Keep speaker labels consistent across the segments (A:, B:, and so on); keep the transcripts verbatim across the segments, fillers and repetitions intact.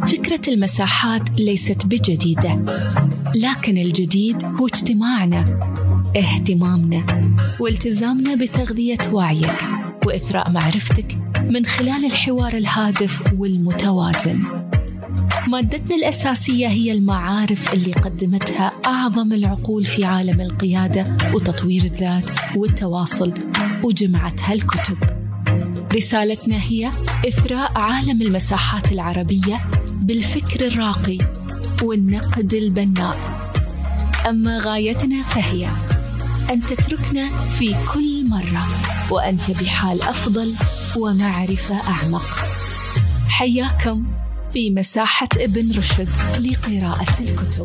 A: فكرة المساحات ليست بجديدة، لكن الجديد هو اجتماعنا، اهتمامنا والتزامنا بتغذية وعيك وإثراء معرفتك من خلال الحوار الهادف والمتوازن. مادتنا الأساسية هي المعارف اللي قدمتها أعظم العقول في عالم القيادة وتطوير الذات والتواصل، وجمعتها الكتب. رسالتنا هي إثراء عالم المساحات العربية بالفكر الراقي والنقد البناء. أما غايتنا فهي أن تتركنا في كل مرة وأنت بحال أفضل ومعرفة أعمق. حياكم في مساحة ابن رشد لقراءة الكتب.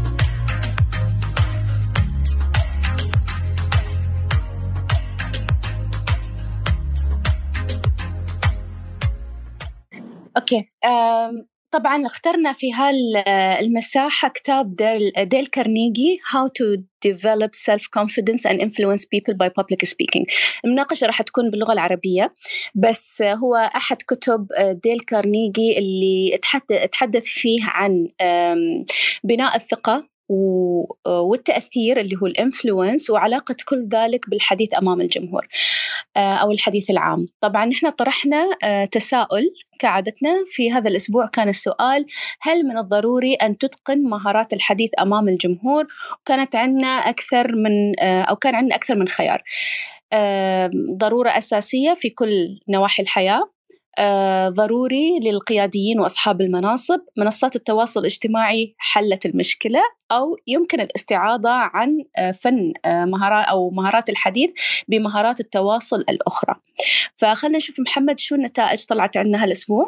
B: أوكي، طبعاً اخترنا في هالمساحة كتاب ديل, ديل كارنيجي How to Develop Self-Confidence and Influence People by Public Speaking. المناقشة راح تكون باللغة العربية، بس هو أحد كتب ديل كارنيجي اللي تحدث فيه عن بناء الثقة والتأثير اللي هو الإنفلونس، وعلاقة كل ذلك بالحديث أمام الجمهور أو الحديث العام. طبعاً نحن طرحنا تساؤل كعادتنا في هذا الأسبوع. كان السؤال: هل من الضروري أن تتقن مهارات الحديث أمام الجمهور؟ وكانت عندنا أكثر من أو كان عندنا أكثر من خيار. ضرورة أساسية في كل نواحي الحياة، ضروري للقياديين وأصحاب المناصب، منصات التواصل الاجتماعي حلت المشكلة، أو يمكن الاستعاضة عن فن مهارات أو مهارات الحديث بمهارات التواصل الأخرى. فخلنا نشوف محمد شو النتائج طلعت عندنا هالأسبوع.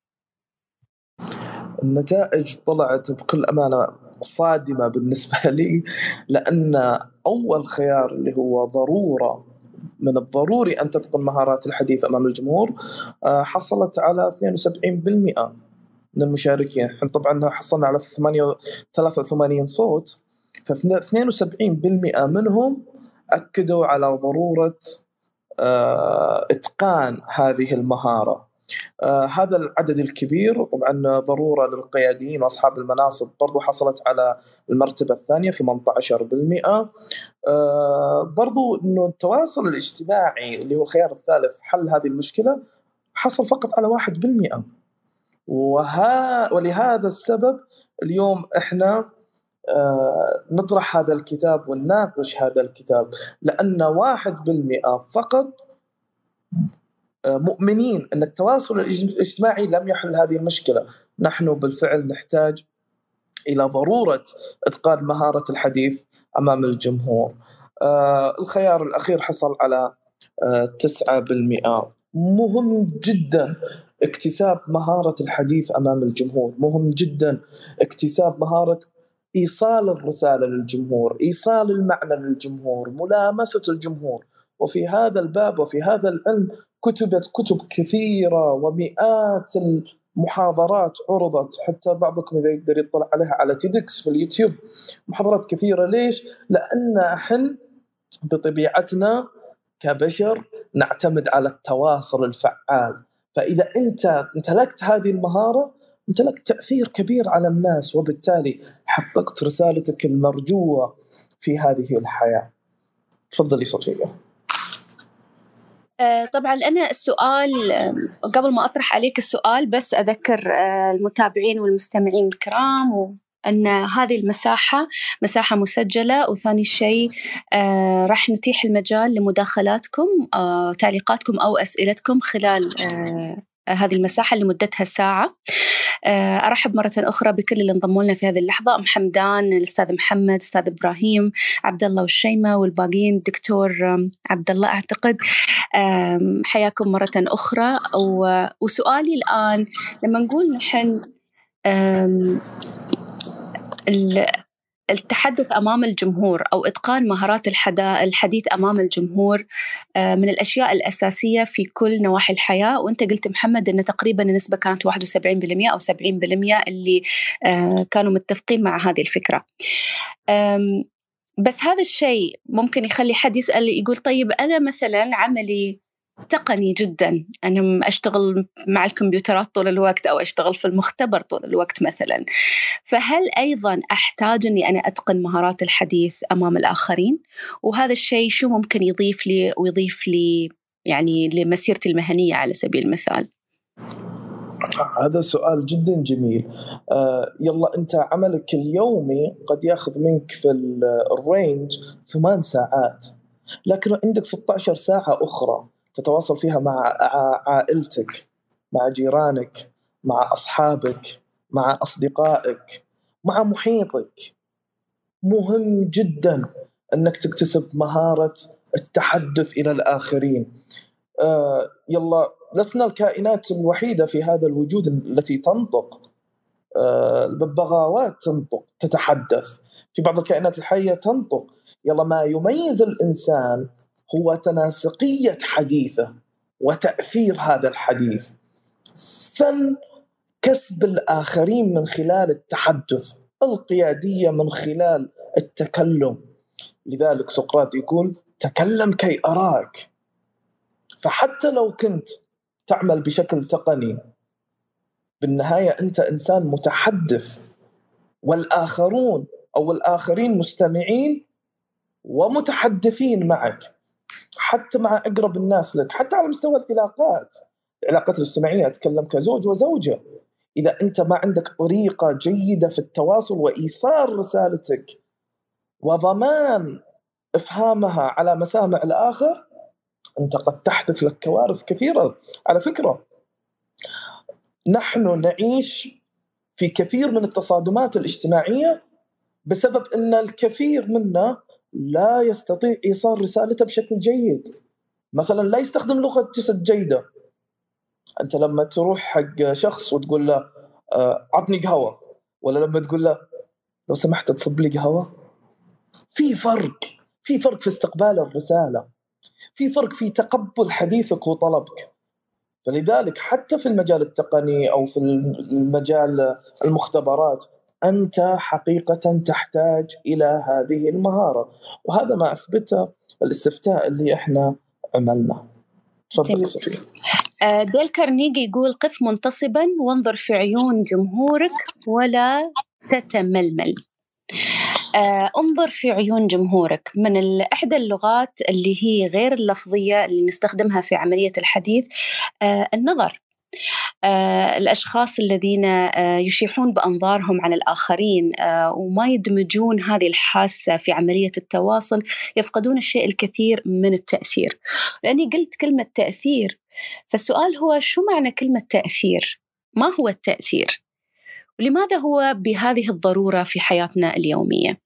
C: النتائج طلعت بكل أمانة صادمة بالنسبة لي، لأن أول خيار اللي هو ضرورة من الضروري أن تتقن مهارات الحديث أمام الجمهور حصلت على اثنين وسبعين بالمئة من المشاركين. طبعا حصلنا على ثلاثة وثمانين صوت، ف اثنين وسبعين بالمئة منهم أكدوا على ضرورة إتقان هذه المهارة. آه هذا العدد الكبير طبعا ضرورة للقياديين وأصحاب المناصب برضو حصلت على المرتبة الثانية ثمانية عشر بالمئة. آه برضو إنه التواصل الاجتماعي اللي هو الخيار الثالث حل هذه المشكلة حصل فقط على واحد بالمئة. وها ولهذا السبب اليوم إحنا آه نطرح هذا الكتاب ونناقش هذا الكتاب، لأن واحد بالمئة فقط مؤمنين أن التواصل الاجتماعي لم يحل هذه المشكلة. نحن بالفعل نحتاج إلى ضرورة إتقان مهارة الحديث أمام الجمهور. آه الخيار الأخير حصل على آه تسعة بالمئة. مهم جدا اكتساب مهارة الحديث أمام الجمهور، مهم جدا اكتساب مهارة إيصال الرسالة للجمهور، إيصال المعنى للجمهور، ملامسة الجمهور. وفي هذا الباب وفي هذا العلم كتبت كتب كثيرة ومئات المحاضرات عرضت، حتى بعضكم إذا يقدر يطلع عليها على تيدكس في اليوتيوب، محاضرات كثيرة. ليش؟ لأن إحنا بطبيعتنا كبشر نعتمد على التواصل الفعال. فإذا أنت امتلكت هذه المهارة امتلكت تأثير كبير على الناس، وبالتالي حققت رسالتك المرجوة في هذه الحياة. تفضلي صفية.
B: طبعاً أنا السؤال قبل ما أطرح عليك السؤال بس أذكر المتابعين والمستمعين الكرام أن هذه المساحة مساحة مسجلة، وثاني شيء راح نتيح المجال لمداخلاتكم، تعليقاتكم أو أسئلتكم خلال هذه المساحة اللي مدتها ساعة. أرحب مرة أخرى بكل اللي انضموا لنا في هذه اللحظة: أم حمدان، الأستاذ محمد، أستاذ إبراهيم، عبد الله والشيمة والباقيين، دكتور عبد الله أعتقد. حياكم مرة أخرى. وسؤالي الآن لما نقول نحن التحدث أمام الجمهور أو إتقان مهارات الحديث أمام الجمهور من الأشياء الأساسية في كل نواحي الحياة، وأنت قلت محمد أن تقريباً النسبة كانت واحد وسبعين بالمئة أو سبعين بالمئة اللي كانوا متفقين مع هذه الفكرة. بس هذا الشيء ممكن يخلي حد يسأل يقول: طيب أنا مثلاً عملي تقني جدا، أنا أشتغل مع الكمبيوترات طول الوقت أو أشتغل في المختبر طول الوقت مثلا. فهل أيضا أحتاج أني أنا أتقن مهارات الحديث أمام الآخرين؟ وهذا الشيء شو ممكن يضيف لي ويضيف لي يعني لمسيرتي المهنية على سبيل المثال؟
C: هذا سؤال جدا جميل. آه يلا أنت عملك اليومي قد يأخذ منك في الرينج ثمان ساعات، لكن عندك ستة عشر ساعة أخرى تتواصل فيها مع عائلتك، مع جيرانك، مع أصحابك، مع أصدقائك، مع محيطك. مهم جدا أنك تكتسب مهارة التحدث إلى الآخرين. آه يلا لسنا الكائنات الوحيدة في هذا الوجود التي تنطق. آه الببغاوات تنطق تتحدث، في بعض الكائنات الحية تنطق. يلا ما يميز الإنسان هو تناسقية حديثه وتأثير هذا الحديث. فن كسب الآخرين من خلال التحدث، القيادية من خلال التكلم. لذلك سقراط يقول تكلم كي أراك. فحتى لو كنت تعمل بشكل تقني، بالنهاية أنت إنسان متحدث، والآخرون أو الآخرين مستمعين ومتحدثين معك، حتى مع أقرب الناس لك، حتى على مستوى العلاقات العلاقات الاجتماعية. أتكلم كزوج وزوجة، إذا أنت ما عندك طريقة جيدة في التواصل وإيصال رسالتك وضمان إفهامها على مسامع الآخر، أنت قد تحدث لك كوارث كثيرة. على فكرة نحن نعيش في كثير من التصادمات الاجتماعية بسبب أن الكثير منا لا يستطيع إيصال رسالته بشكل جيد. مثلا لا يستخدم لغة جسد جيدة. أنت لما تروح حق شخص وتقول له آه عطني قهوة، ولا لما تقول له لو سمحت تصب لي قهوة، في فرق في فرق في استقبال الرسالة، في فرق في تقبل حديثك وطلبك. فلذلك حتى في المجال التقني أو في المجال المختبرات أنت حقيقة تحتاج إلى هذه المهارة، وهذا ما أثبته الاستفتاء اللي إحنا عملنا. تفضل صفية.
B: ديل كارنيجي يقول قف منتصبا وانظر في عيون جمهورك ولا تتململ. آه، انظر في عيون جمهورك من إحدى اللغات اللي هي غير اللفظية اللي نستخدمها في عملية الحديث. آه، النظر. آه، الأشخاص الذين آه، يشيحون بأنظارهم على الآخرين آه، وما يدمجون هذه الحاسة في عملية التواصل يفقدون الشيء الكثير من التأثير. لأني قلت كلمة تأثير، فالسؤال هو شو معنى كلمة تأثير؟ ما هو التأثير؟ ولماذا هو بهذه الضرورة في حياتنا اليومية؟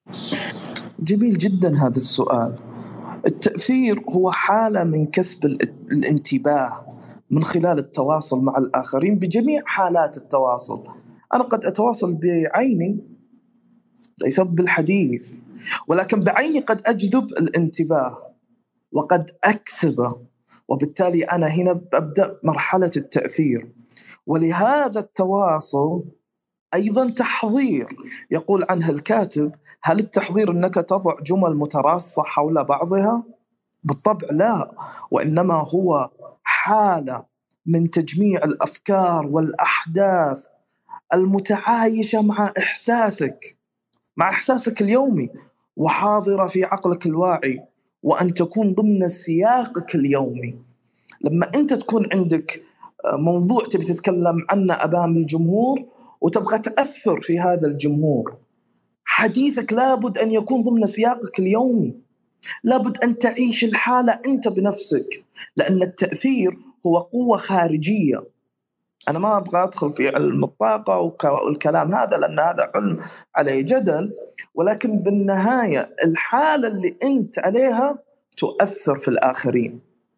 C: جميل جدا هذا السؤال. التأثير هو حالة من كسب الانتباه من خلال التواصل مع الآخرين بجميع حالات التواصل. أنا قد أتواصل بعيني ليس بالحديث، ولكن بعيني قد أجذب الانتباه وقد أكسبه، وبالتالي أنا هنا ببدأ مرحلة التأثير. ولهذا التواصل أيضا تحضير. يقول عنه الكاتب هل التحضير أنك تضع جمل متراصة حول بعضها؟ بالطبع لا، وإنما هو حالة من تجميع الأفكار والأحداث المتعايشة مع إحساسك مع إحساسك اليومي وحاضرة في عقلك الواعي، وأن تكون ضمن سياقك اليومي. لما أنت تكون عندك موضوع تبي تتكلم عنه أمام الجمهور وتبغى تأثر في هذا الجمهور، حديثك لابد أن يكون ضمن سياقك اليومي، لابد أن تعيش الحالة أنت بنفسك، لأن التأثير هو قوة خارجية. أنا ما أبغى أدخل في علم الطاقة والكلام هذا لأن هذا علم عليه جدل، ولكن بالنهاية الحالة اللي أنت عليها تؤثر في الآخرين،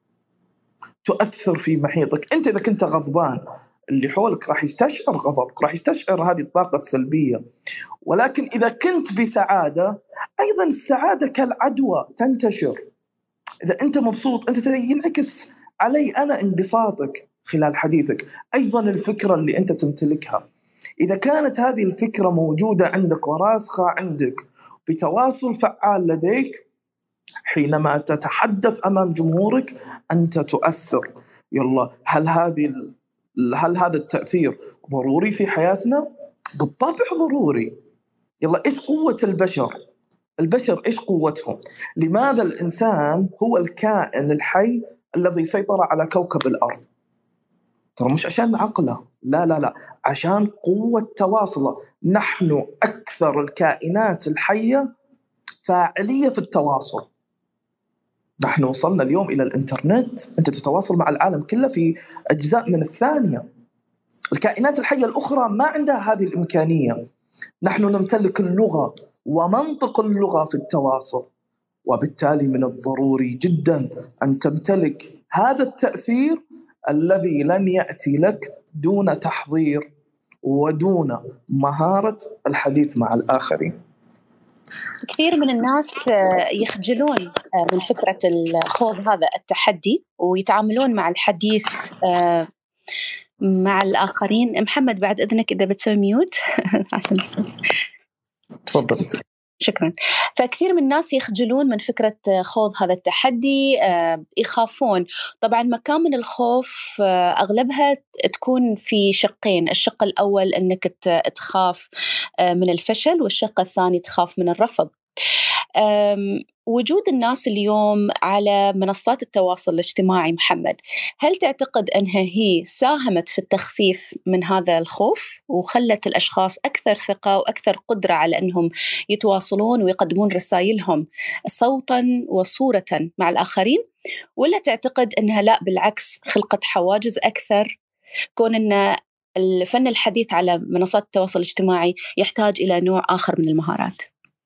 C: تؤثر في محيطك. أنت إذا كنت غضبان اللي حولك راح يستشعر غضبك، راح يستشعر هذه الطاقة السلبية. ولكن إذا كنت بسعادة أيضا السعادة كالعدوى تنتشر. إذا أنت مبسوط أنت ينعكس علي أنا انبساطك خلال حديثك، أيضا الفكرة اللي أنت تمتلكها إذا كانت هذه الفكرة موجودة عندك وراسخة عندك بتواصل فعال لديك، حينما تتحدث أمام جمهورك أنت تؤثر. يلا هل هذه هل هذا التأثير ضروري في حياتنا؟ بالطبع ضروري. يلا إيش قوة البشر؟ البشر إيش قوتهم؟ لماذا الإنسان هو الكائن الحي الذي سيطر على كوكب الأرض؟ ترى مش عشان عقله، لا لا لا، عشان قوة تواصله. نحن أكثر الكائنات الحية فاعلية في التواصل. نحن وصلنا اليوم إلى الإنترنت، أنت تتواصل مع العالم كله في أجزاء من الثانية. الكائنات الحية الأخرى ما عندها هذه الإمكانية. نحن نمتلك اللغة ومنطق اللغة في التواصل، وبالتالي من الضروري جدا أن تمتلك هذا التأثير الذي لن يأتي لك دون تحضير ودون مهارة الحديث مع الآخرين.
B: كثير من الناس يخجلون من فكرة الخوض هذا التحدي ويتعاملون مع الحديث مع الآخرين. محمد بعد إذنك إذا بتسوي ميوت عشان
C: تفضل.
B: شكرا. فكثير من الناس يخجلون من فكرة خوض هذا التحدي، يخافون. طبعا مكان من الخوف أغلبها تكون في شقين. الشق الأول أنك تخاف من الفشل، والشق الثاني تخاف من الرفض. وجود الناس اليوم على منصات التواصل الاجتماعي محمد، هل تعتقد أنها هي ساهمت في التخفيف من هذا الخوف وخلت الأشخاص أكثر ثقة وأكثر قدرة على أنهم يتواصلون ويقدمون رسائلهم صوتاً وصورة مع الآخرين، ولا تعتقد أنها لا بالعكس خلقت حواجز أكثر، كون أن الفن الحديث على منصات التواصل الاجتماعي يحتاج إلى نوع آخر من المهارات؟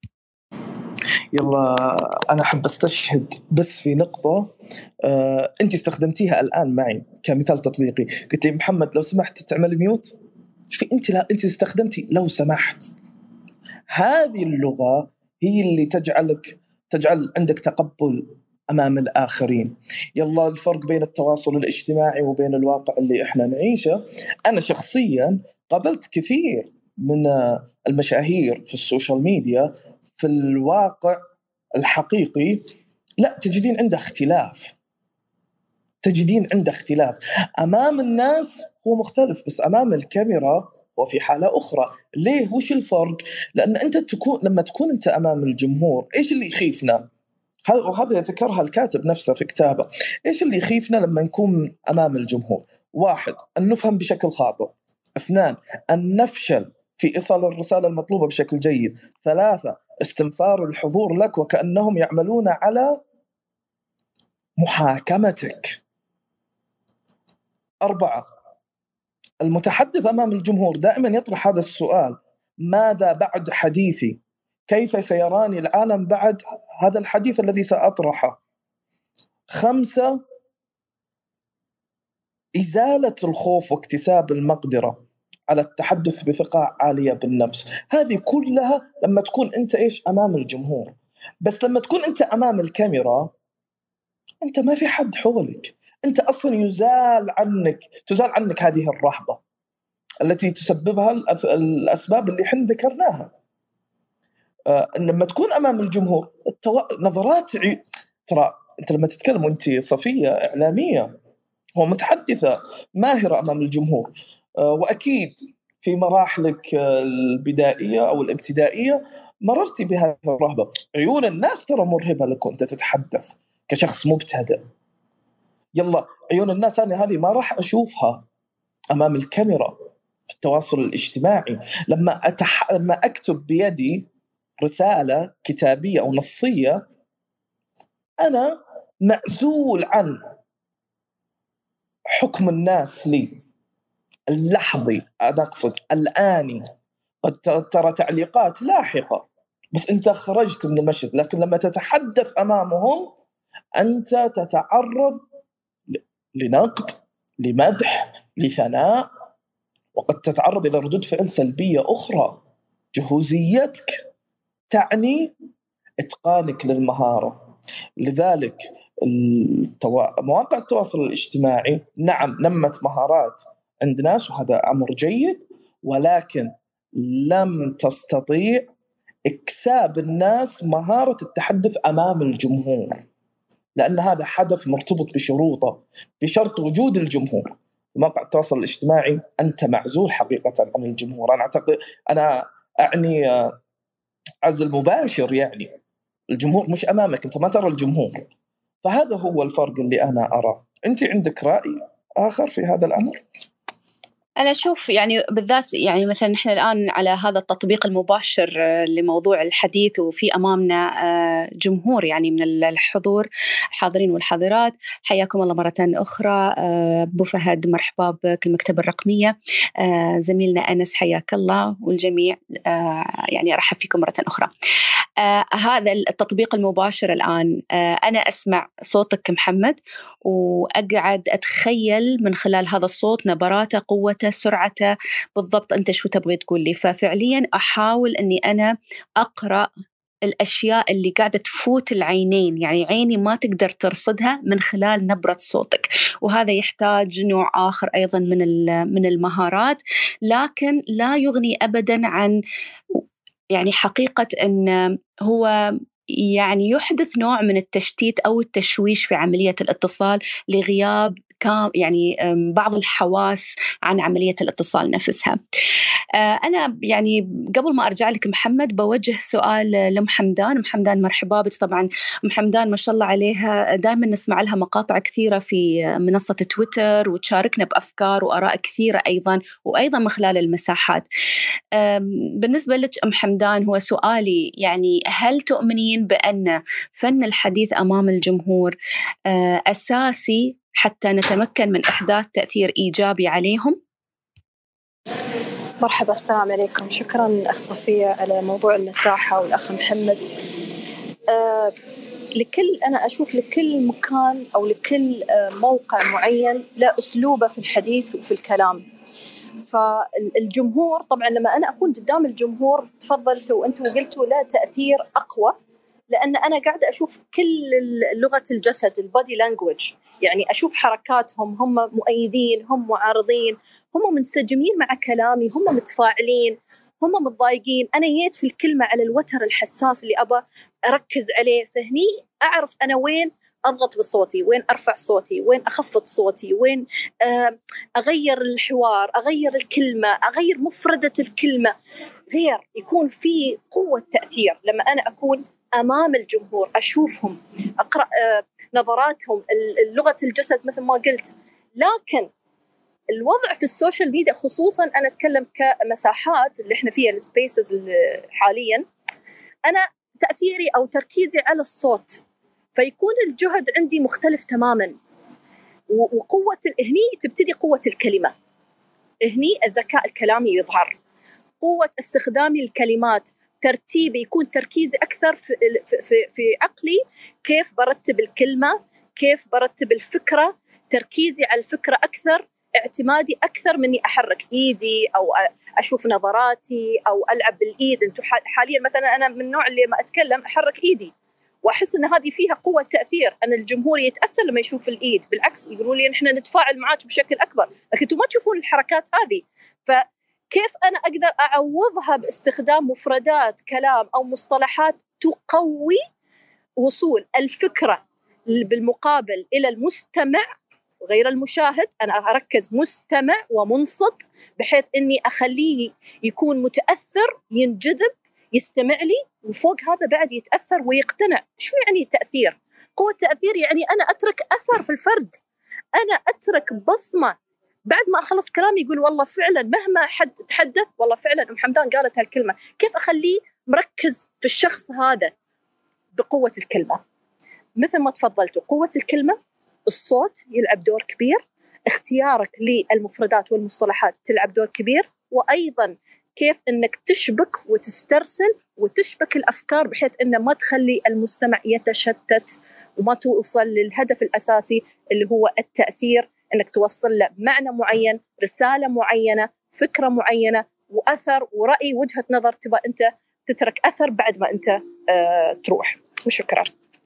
C: يلا أنا أحب أستشهد بس في نقطة آه، أنت استخدمتيها الآن معي كمثال تطبيقي. قلت لي محمد لو سمحت تعمل ميوت. إيش في أنت؟ لا أنت استخدمتي لو سمحت. هذه اللغة هي اللي تجعلك تجعل عندك تقبل أمام الآخرين. يلا الفرق بين التواصل الاجتماعي وبين الواقع اللي إحنا نعيشه. أنا شخصيا قابلت كثير من المشاهير في السوشيال ميديا، في الواقع الحقيقي لا تجدين عنده اختلاف. تجدين عنده اختلاف أمام الناس هو مختلف، بس أمام الكاميرا هو في حالة أخرى. ليه؟ وش الفرق؟ لأن أنت تكون لما تكون أنت أمام الجمهور إيش اللي يخيفنا؟ وهذا ذكرها الكاتب نفسه في كتابه. إيش اللي يخيفنا لما نكون أمام الجمهور؟ واحد، أن نفهم بشكل خاطئ. اثنان، أن نفشل في إيصال الرسالة المطلوبة بشكل جيد. ثلاثة، استنفار الحضور لك وكأنهم يعملون على محاكمتك. أربعة، المتحدث أمام الجمهور دائما يطرح هذا السؤال: ماذا بعد حديثي؟ كيف سيراني العالم بعد هذا الحديث الذي سأطرحه؟ خمسة، إزالة الخوف واكتساب المقدرة على التحدث بثقة عالية بالنفس. هذه كلها لما تكون أنت إيش أمام الجمهور. بس لما تكون أنت أمام الكاميرا أنت ما في حد حولك، أنت أصلا يزال عنك تزال عنك هذه الرهبة التي تسببها الأسباب اللي حن ذكرناها. آه لما تكون أمام الجمهور التو... نظرات عي... ترى أنت لما تتكلم وأنت صفية إعلامية ومتحدثة ماهرة أمام الجمهور، آه وأكيد في مراحلك البدائية أو الابتدائية مررتي بهذه الرهبة. عيون الناس ترى مرهبة لك وأنت تتحدث كشخص مبتدئ. يلا عيون الناس أنا هذه ما راح أشوفها أمام الكاميرا في التواصل الاجتماعي. لما أتح... لما أكتب بيدي رسالة كتابية أو نصية أنا معزول عن حكم الناس لي اللحظي، أنا أقصد الآني. قد ترى تعليقات لاحقة بس أنت خرجت من المشهد، لكن لما تتحدث أمامهم أنت تتعرض لنقد، لمدح، لثناء، وقد تتعرض إلى ردود فعل سلبية أخرى. جهوزيتك تعني إتقانك للمهارة. لذلك التوا... مواقع التواصل الاجتماعي نعم نمت مهارات عند ناس وهذا أمر جيد، ولكن لم تستطيع إكساب الناس مهارة التحدث أمام الجمهور، لأن هذا حدث مرتبط بشروطه، بشرط وجود الجمهور. موقع التواصل الاجتماعي أنت معزول حقيقة عن الجمهور. أنا أعتقد أنا أعني عزل مباشر، يعني الجمهور مش أمامك، أنت ما ترى الجمهور. فهذا هو الفرق اللي أنا أرى. أنت عندك رأي آخر في هذا الأمر؟
B: أنا أشوف يعني بالذات يعني مثلا نحن الآن على هذا التطبيق المباشر لموضوع الحديث، وفي أمامنا جمهور يعني من الحضور الحاضرين والحاضرات. حياكم الله مرة أخرى. أبو فهد مرحبا بك، المكتبة الرقمية. زميلنا أنس حياك الله، والجميع يعني أرحب فيكم مرة أخرى. آه هذا التطبيق المباشر الآن، آه أنا أسمع صوتك محمد، وأقعد أتخيل من خلال هذا الصوت نبراته، قوته، سرعته، بالضبط أنت شو تبغي تقول لي. ففعليا أحاول أني أنا أقرأ الأشياء اللي قاعدة تفوت العينين، يعني عيني ما تقدر ترصدها من خلال نبرة صوتك. وهذا يحتاج نوع آخر أيضا من من المهارات، لكن لا يغني أبدا عن يعني حقيقة أن هو يعني يحدث نوع من التشتيت أو التشويش في عملية الاتصال لغياب كام يعني بعض الحواس عن عملية الاتصال نفسها. أنا يعني قبل ما أرجع لك محمد بوجه سؤال لأم حمدان. أم حمدان مرحبا بك. طبعا أم حمدان ما شاء الله عليها دائما نسمع لها مقاطع كثيرة في منصة تويتر، وتشاركنا بأفكار وآراء كثيرة أيضا، وأيضا من خلال المساحات. بالنسبة لك أم حمدان، هو سؤالي يعني هل تؤمنين بأن فن الحديث أمام الجمهور أساسي حتى نتمكن من إحداث تأثير إيجابي عليهم؟
D: مرحبا، السلام عليكم. شكرا أخت صفية على موضوع المساحة، والأخ محمد. أه لكل أنا أشوف لكل مكان أو لكل موقع معين لا أسلوبه في الحديث وفي الكلام. فالجمهور طبعا لما أنا أكون قدام الجمهور، تفضلتوا وأنتوا قلتوا لا تأثير أقوى، لأن أنا قاعدة أشوف كل لغة الجسد، البودي لانجويج، يعني أشوف حركاتهم، هم مؤيدين، هم معارضين، هم منسجمين مع كلامي، هم متفاعلين، هم متضايقين. أنا جيت في الكلمة على الوتر الحساس اللي أبى أركز عليه، فهني أعرف أنا وين أضغط بصوتي، وين أرفع صوتي، وين أخفض صوتي، وين أغير الحوار، أغير الكلمة، أغير مفردة الكلمة، غير يكون في قوة تأثير لما أنا أكون أمام الجمهور، أشوفهم، أقرأ نظراتهم، لغة الجسد مثل ما قلت. لكن الوضع في السوشيال ميديا خصوصاً، أنا أتكلم كمساحات اللي إحنا فيها السبيسز حالياً، أنا تأثيري أو تركيزي على الصوت، فيكون الجهد عندي مختلف تماماً. وقوة هني تبتدي قوة الكلمة، هني الذكاء الكلامي يظهر، قوة استخدامي الكلمات، ترتيبي يكون تركيزي أكثر في, في, في عقلي، كيف برتب الكلمة، كيف برتب الفكرة، تركيزي على الفكرة أكثر، اعتمادي أكثر مني أحرك إيدي أو أشوف نظراتي أو ألعب بالإيد. أنتوا حاليا مثلا أنا من النوع اللي ما أتكلم أحرك إيدي، وأحس أن هذه فيها قوة تأثير، أن الجمهور يتأثر لما يشوف الإيد، بالعكس يقولوا لي نحن نتفاعل معك بشكل أكبر، لكن أنتوا ما تشوفون الحركات هذه. فكيف أنا أقدر أعوضها باستخدام مفردات كلام أو مصطلحات تقوي وصول الفكرة بالمقابل إلى المستمع غير المشاهد. أنا أركز مستمع ومنصت، بحيث أني أخليه يكون متأثر، ينجذب، يستمع لي، وفوق هذا بعد يتأثر ويقتنع. شو يعني تأثير؟ قوة تأثير يعني أنا أترك أثر في الفرد، أنا أترك بصمة بعد ما أخلص كلامي، يقول والله فعلا مهما حد تحدث والله فعلا أم حمدان قالت هالكلمة. كيف أخليه مركز في الشخص هذا بقوة الكلمة؟ مثل ما تفضلتوا، قوة الكلمة، الصوت يلعب دور كبير، اختيارك للمفردات والمصطلحات تلعب دور كبير، وأيضا كيف أنك تشبك وتسترسل وتشبك الأفكار بحيث أنه ما تخلي المستمع يتشتت وما توصل للهدف الأساسي اللي هو التأثير، أنك توصل له معنى معين، رسالة معينة، فكرة معينة، وأثر ورأي، وجهة نظر، تبقى أنت تترك أثر بعد ما أنت آه تروح. وشكرا.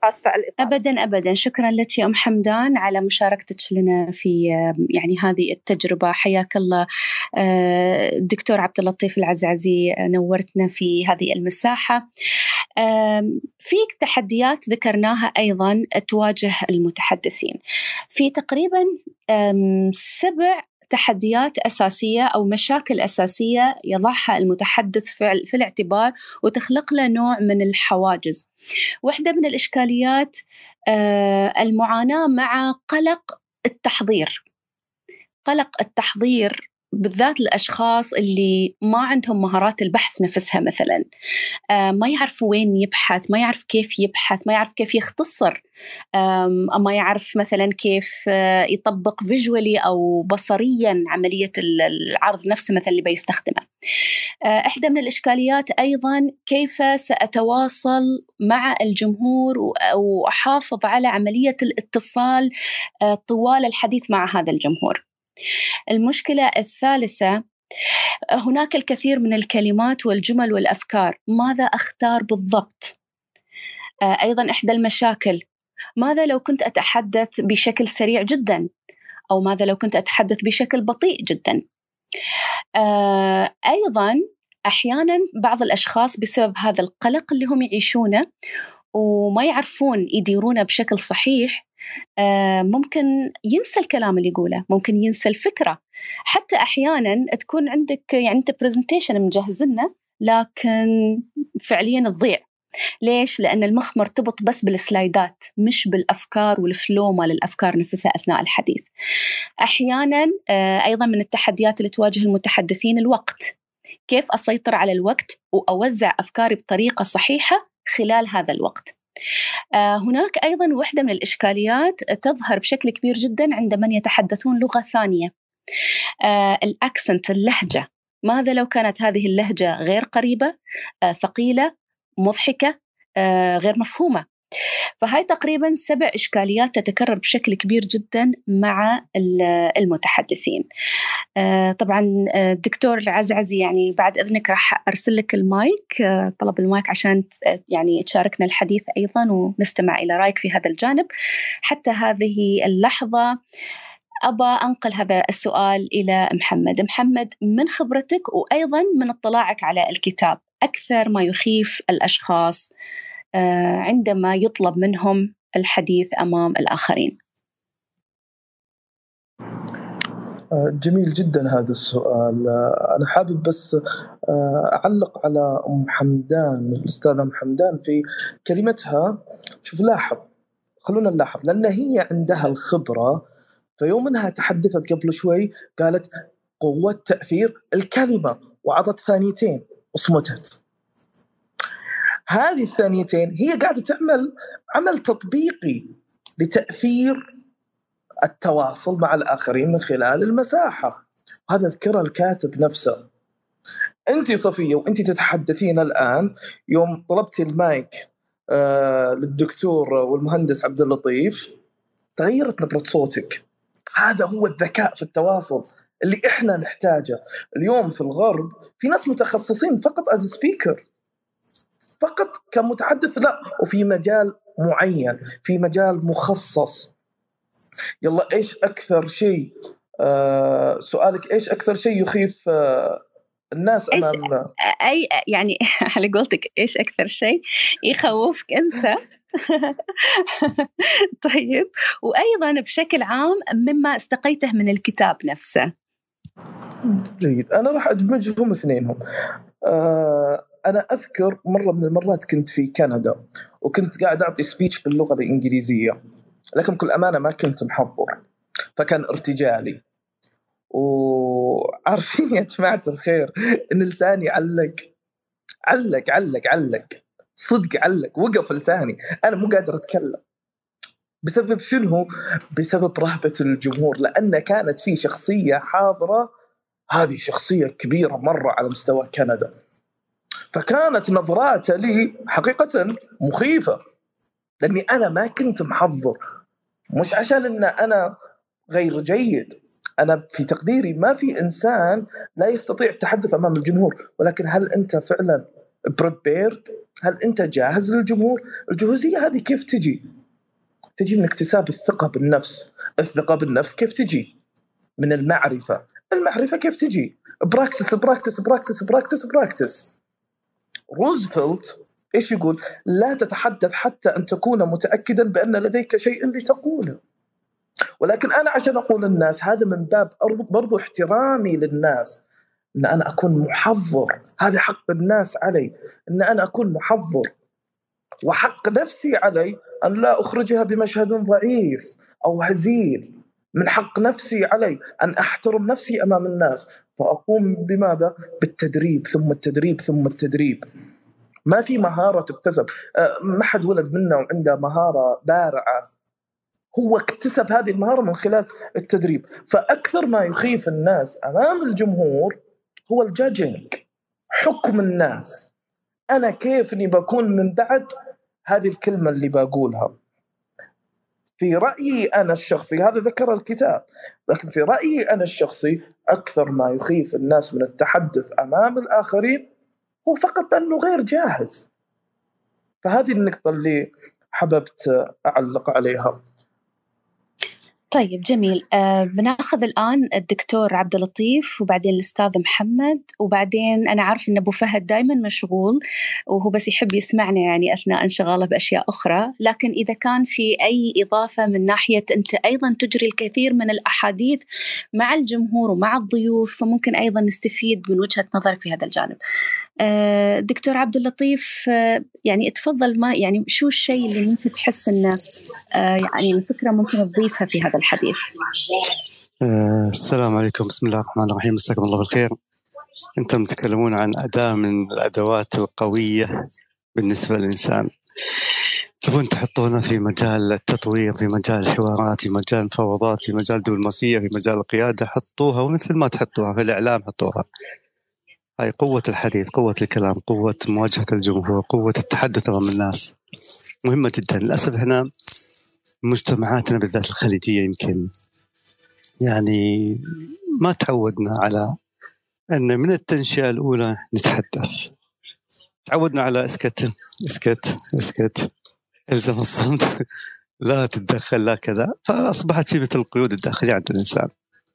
D: آسفة على الإطالة.
B: أبداً أبداً، شكراً لك يا أم حمدان على مشاركتك لنا في يعني هذه التجربة. حياك الله. الدكتور عبد اللطيف العزعزي، نورتنا في هذه المساحة. في تحديات ذكرناها أيضاً تواجه المتحدثين، في تقريباً سبع تحديات أساسية أو مشاكل أساسية يضعها المتحدث في الاعتبار وتخلق له نوع من الحواجز. واحدة من الإشكاليات المعاناة مع قلق التحضير. قلق التحضير بالذات الأشخاص اللي ما عندهم مهارات البحث نفسها، مثلاً ما يعرف وين يبحث، ما يعرف كيف يبحث، ما يعرف كيف يختصر، ما يعرف مثلاً كيف يطبق فيجوالي أو بصرياً عملية العرض نفسه مثلاً اللي بيستخدمه. إحدى من الإشكاليات أيضاً كيف سأتواصل مع الجمهور وأحافظ على عملية الاتصال طوال الحديث مع هذا الجمهور. المشكلة الثالثة، هناك الكثير من الكلمات والجمل والأفكار، ماذا أختار بالضبط؟ أيضاً إحدى المشاكل، ماذا لو كنت أتحدث بشكل سريع جداً، أو ماذا لو كنت أتحدث بشكل بطيء جداً؟ أيضاً أحياناً بعض الأشخاص بسبب هذا القلق اللي هم يعيشونه وما يعرفون يديرونه بشكل صحيح، ممكن ينسى الكلام اللي يقوله، ممكن ينسى الفكرة. حتى أحياناً تكون عندك يعني أنت برزنتيشن مجهزنا لكن فعلياً تضيع. ليش؟ لأن المخ مرتبط بس بالسلايدات مش بالأفكار والفلو مال الأفكار نفسها أثناء الحديث. أحياناً أيضاً من التحديات اللي تواجه المتحدثين الوقت، كيف أسيطر على الوقت وأوزع أفكاري بطريقة صحيحة خلال هذا الوقت. هناك أيضاً واحدة من الإشكاليات تظهر بشكل كبير جداً عند من يتحدثون لغة ثانية، الأكسنت، اللهجة. ماذا لو كانت هذه اللهجة غير قريبة، ثقيلة، مضحكة، غير مفهومة؟ فهاي تقريباً سبع إشكاليات تتكرر بشكل كبير جداً مع المتحدثين. طبعاً الدكتور العزعزي يعني بعد إذنك راح أرسل لك المايك، طلب المايك عشان يعني تشاركنا الحديث أيضاً ونستمع إلى رأيك في هذا الجانب. حتى هذه اللحظة أبى أنقل هذا السؤال إلى محمد. محمد، من خبرتك وأيضاً من اطلاعك على الكتاب، أكثر ما يخيف الأشخاص عندما يطلب منهم الحديث أمام الآخرين؟
C: جميل جدا هذا السؤال. أنا حابب بس أعلق على أم حمدان، الأستاذة أم حمدان في كلمتها. شوف، لاحظ، خلونا نلاحظ، لأن هي عندها الخبرة. فيوم أنها تحدثت قبل شوي قالت قوة تأثير الكلمة، وعطت ثانيتين وصمتت. هذه الثانيتين هي قاعدة تعمل عمل تطبيقي لتأثير التواصل مع الآخرين من خلال المساحة. هذا ذكر الكاتب نفسه. أنت صفية وأنت تتحدثين الآن، يوم طلبت المايك آه للدكتور والمهندس عبد اللطيف تغيرت نبرة صوتك. هذا هو الذكاء في التواصل اللي إحنا نحتاجه اليوم في الغرب. في ناس متخصصين فقط as a speaker، فقط كمتحدث، لا، وفي مجال معين، في مجال مخصص. يلا، إيش أكثر شيء آه سؤالك إيش أكثر شيء يخيف آه الناس أمام
B: أي يعني على قولتك إيش أكثر شيء يخوفك أنت؟ طيب، وأيضا بشكل عام مما استقيته من الكتاب نفسه.
C: جيد، أنا راح أدمجهم اثنينهم. آه أنا أذكر مرة من المرات كنت في كندا وكنت قاعد أعطي سبيتش باللغة الإنجليزية، لكن بكل أمانة ما كنت محضر، فكان ارتجالي. وعارفين يا جماعة الخير إن لساني علق علق علق علق صدق علق، وقف لساني، أنا مو قادر أتكلم. بسبب شنو؟ بسبب رهبة الجمهور، لأن كانت في شخصية حاضرة، هذه شخصية كبيرة مرة على مستوى كندا، فكانت نظراته لي حقيقة مخيفة، لأني أنا ما كنت محضر. مش عشان إن أنا غير جيد، أنا في تقديري ما في إنسان لا يستطيع التحدث أمام الجمهور، ولكن هل أنت فعلا prepared؟ هل أنت جاهز للجمهور؟ الجهوزية هذه كيف تجي؟ تجي من اكتساب الثقة بالنفس. الثقة بالنفس كيف تجي؟ من المعرفة. المعرفة كيف تجي؟ براكتس براكتس براكتس براكتس براكتس. روزفلت إيش يقول؟ لا تتحدث حتى أن تكون متأكدا بأن لديك شيء لتقوله. ولكن أنا عشان أقول للناس هذا من باب برضو احترامي للناس، أن أنا أكون محضر. هذا حق الناس علي أن أنا أكون محضر، وحق نفسي علي أن لا أخرجها بمشهد ضعيف أو هزيل. من حق نفسي علي أن أحترم نفسي أمام الناس، فأقوم بماذا؟ بالتدريب ثم التدريب ثم التدريب. ما في مهارة تكتسب. ما حد ولد منا وعنده مهارة بارعة، هو اكتسب هذه المهارة من خلال التدريب. فأكثر ما يخيف الناس أمام الجمهور هو الجاجينج، حكم الناس. أنا كيف أني بكون من بعد هذه الكلمة اللي بقولها؟ في رأيي أنا الشخصي، هذا ذكر الكتاب، لكن في رأيي أنا الشخصي أكثر ما يخيف الناس من التحدث أمام الآخرين هو فقط أنه غير جاهز. فهذه النقطة اللي حببت أعلق عليها.
B: طيب جميل. آه بناخذ الآن الدكتور عبد اللطيف وبعدين الأستاذ محمد، وبعدين أنا عارف إن أبو فهد دايما مشغول وهو بس يحب يسمعنا يعني أثناء انشغاله بأشياء أخرى، لكن إذا كان في أي إضافة من ناحية أنت أيضا تجري الكثير من الأحاديث مع الجمهور ومع الضيوف، فممكن أيضا نستفيد من وجهة نظرك في هذا الجانب. آه دكتور عبد اللطيف، آه يعني اتفضل، ما يعني شو الشيء اللي ممكن تحس إنه آه يعني الفكرة ممكن تضيفها في هذا الحديث؟
E: آه السلام عليكم، بسم الله الرحمن الرحيم، مساكم الله بالخير. أنتم تتكلمون عن أداة من الأدوات القوية بالنسبة للإنسان، تبون تحطونها في مجال التطوير، في مجال الحوارات، في مجال المفاوضات، في مجال الدبلوماسية، في مجال القيادة، حطوها. ومثل ما تحطوها في الإعلام حطوها. هاي قوة الحديث، قوة الكلام، قوة مواجهة الجمهور، قوة التحدث أمام الناس، مهمة جدا. للأسف إحنا مجتمعاتنا بالذات الخليجية يمكن يعني ما تعودنا على أن من التنشئة الأولى نتحدث. تعودنا على اسكت اسكت اسكت، الزم الصمت، لا تتدخل، لا كذا. فأصبحت في مثل القيود الداخلية عند الإنسان.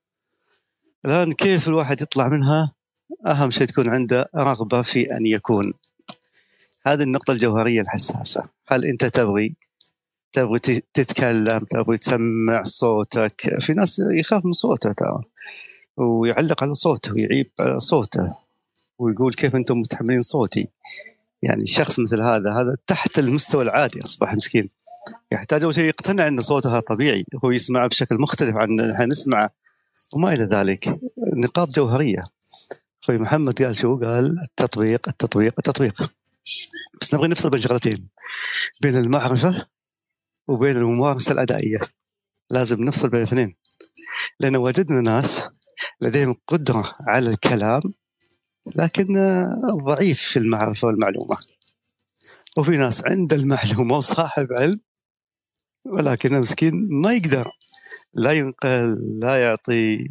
E: الآن كيف الواحد يطلع منها؟ أهم شيء تكون عنده رغبة في أن يكون. هذه النقطة الجوهرية الحساسة. هل أنت تبغي تبغي تتكلم، تبغي تسمع صوتك؟ في ناس يخاف من صوته ترى، ويعلق على صوته ويعيب على صوته ويقول كيف أنتم متحملين صوتي. يعني شخص مثل هذا هذا تحت المستوى العادي، أصبح مسكين. يحتاج أول شيء يقتنع أن صوته طبيعي، هو يسمع بشكل مختلف عن نحن نسمعه وما إلى ذلك. نقاط جوهرية. أخوي محمد قال شو؟ قال التطبيق التطبيق التطبيق. بس نبغي نفصل بين شغلتين، بين المعرفة وبين الممارسة الأدائية. لازم نفصل بين الاثنين، لأن وجدنا ناس لديهم قدرة على الكلام لكن ضعيف في المعرفة والمعلومة، وفي ناس عند المعلومة وصاحب علم ولكن مسكين ما يقدر، لا ينقل، لا يعطي،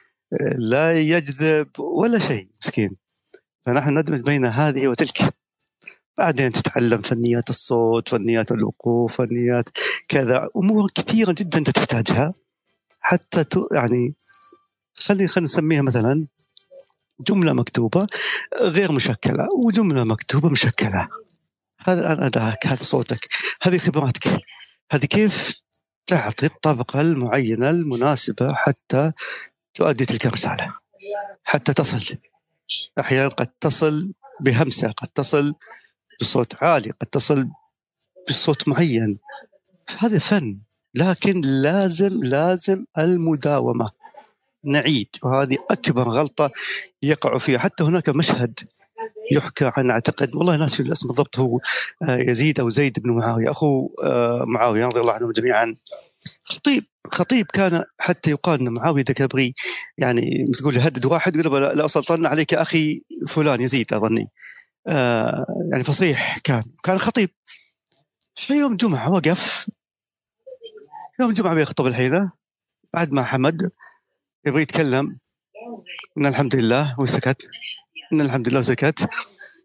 E: لا يجذب ولا شيء، مسكين. فنحن ندمج بين هذه وتلك. بعدين تتعلم فنيات الصوت، فنيات الوقوف، فنيات كذا، أمور كثيرة جدا أنت تحتاجها حتى ت... يعني خلي خلينا نسميها مثلا جملة مكتوبة غير مشكلة وجملة مكتوبة مشكلة. هذا الآن أداك، هذا صوتك، هذه خبراتك، هذه كيف تعطي الطبقة المعينة المناسبة حتى تؤدي تلك الرسالة، حتى تصل. أحيانا قد تصل بهمسة، قد تصل بصوت عالي، قد تصل بصوت معين. هذا فن، لكن لازم لازم المداومة. نعيد، وهذه أكبر غلطة يقع فيها. حتى هناك مشهد يحكى عن، أعتقد والله ناسي الاسم بالضبط، هو يزيد أو زيد بن معاوية، أخو معاوية رضي الله عنهم جميعا. خطيب خطيب كان حتى يقال أن معاوية ذكبري يعني تقول يهدد واحد يقول لا أسلطن عليك أخي فلان يزيد أظني. آه يعني فصيح، كان كان خطيب. في يوم جمعة وقف، يوم جمعة بيخطب الحين، بعد ما حمد يبغى يتكلم إن الحمد لله وسكت، إن الحمد لله وسكت.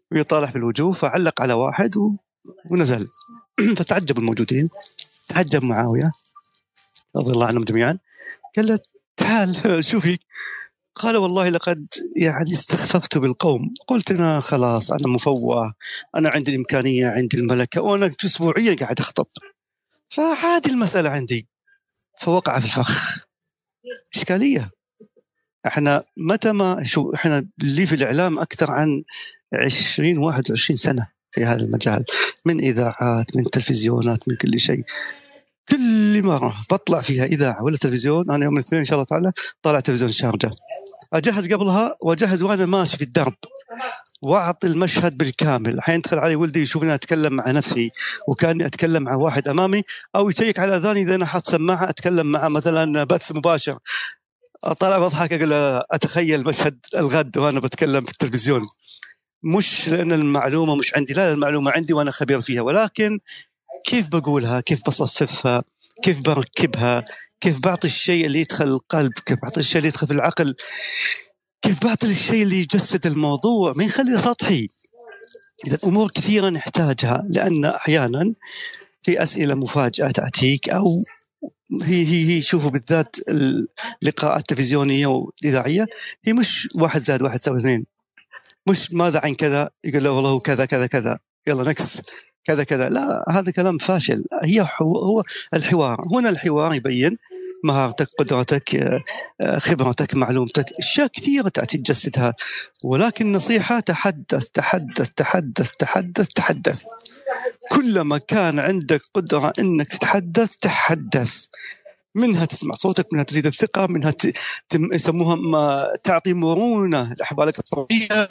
E: ويطالع في الوجوه، فعلق على واحد و... ونزل. فتعجب الموجودين، تعجب معاوية رضي الله عنهم جميعا، قال له تعال شوفي. قال والله لقد يعني استخففت بالقوم، قلت أنا خلاص أنا مفوه، أنا عندي الإمكانية، عندي الملكة، وأنا أسبوعيا قاعد أخطب، فهذه المسألة عندي. فوقع في الفخ. إشكالية. احنا متى ما شو احنا اللي في الإعلام أكثر عن عشرين واحد وعشرين سنة في هذا المجال، من إذاعات، من تلفزيونات، من كل شيء. كل مرة بطلع فيها إذاعة ولا تلفزيون، أنا يوم الاثنين إن شاء الله تعالى طالع تلفزيون الشارجة، أجهز قبلها وأجهز وأنا ماشي في الدرب وأعطي المشهد بالكامل. حين يدخل علي ولدي يشوفني أتكلم مع نفسي وكأني أتكلم مع واحد أمامي، أو يشيك على أذاني إذا أنا حاط سماعة أتكلم مع مثلا بث مباشر، أطلع بضحك أقول أتخيل مشهد الغد وأنا بتكلم في التلفزيون. مش لأن المعلومة مش عندي، لا المعلومة عندي وأنا خبير فيها، ولكن كيف بقولها، كيف بصففها، كيف بركبها، كيف بعطي الشيء اللي يدخل القلب، كيف بعطي الشيء اللي يدخل في العقل، كيف بعطي الشيء اللي يجسد الموضوع، ما يخلي سطحي. إذا أمور كثيرة نحتاجها، لأن أحيانا في أسئلة مفاجئة تأتيك، أو هي هي هي شوفوا بالذات اللقاءات التلفزيونية والإذاعية، هي مش واحد زائد واحد سوى اثنين، مش ماذا عن كذا يقول له والله كذا كذا كذا يلا نكس كذا كذا، لا هذا كلام فاشل. هي هو الحوار، هنا الحوار يبين مهارتك، قدرتك، خبرتك، معلومتك، أشياء كثيرة تأتي تجسدها. ولكن نصيحة، تحدث تحدث تحدث تحدث تحدث. كلما كان عندك قدرة إنك تتحدث تحدث، منها تسمع صوتك، منها تزيد الثقة، منها يسموها ما تعطي مرونة لأحوالك الصوتية،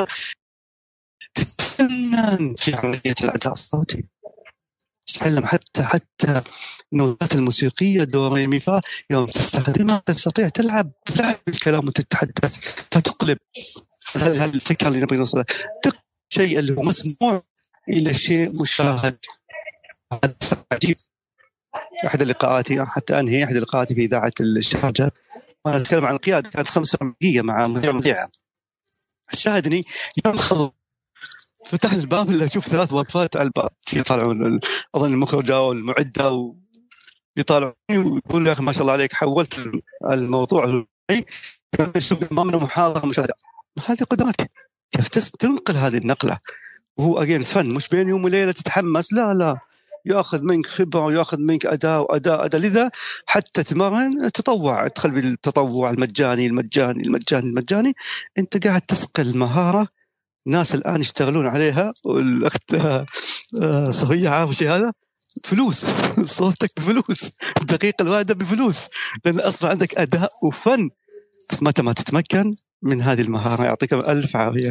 E: تتفنن في عملية الأداء الصوتي، تتعلم حتى حتى النوتات الموسيقية دو ري مي فا، يوم تستخدمها تستطيع تلعب تلعب بالكلام وتتحدث، فتقلب هذا الفكرة اللي نبغي نوصله، تقلب شيء اللي هو مسموع إلى شيء مشاهد. هذا عجيب. أحد اللقاءات حتى أنهي أحد اللقاءات في إذاعة الشارجة وأنا أتكلم عن القيادة، كانت خمسة دقيقة مع مذيع مذيعة، شاهدني يوم خلص فتح الباب اللي أشوف ثلاث وقفات على الباب يطالعون، أظن المخرجة والمعدة ويطالعوني ويقول يا أخي ما شاء الله عليك حولت الموضوع، شوف أمامنا محاضرة مشاهدة. هذه قدراتك، كيف تنقل هذه النقلة، وهو أجين فن، مش بين يوم وليلة تتحمس، لا لا، يأخذ منك خبرة ويأخذ منك أداء وأداء أداء. لذا حتى تمرن تطوع، تدخل بالتطوع المجاني المجاني المجاني المجاني، أنت قاعد تسقل مهارة ناس الآن يشتغلون عليها. والأخت صفية عارفة شيء هذا، فلوس صوتك بفلوس، الدقيقة الواحدة بفلوس، لأن أصبح عندك أداء وفن. بس متى ما تتمكن من هذه المهارة يعطيكم ألف عافية.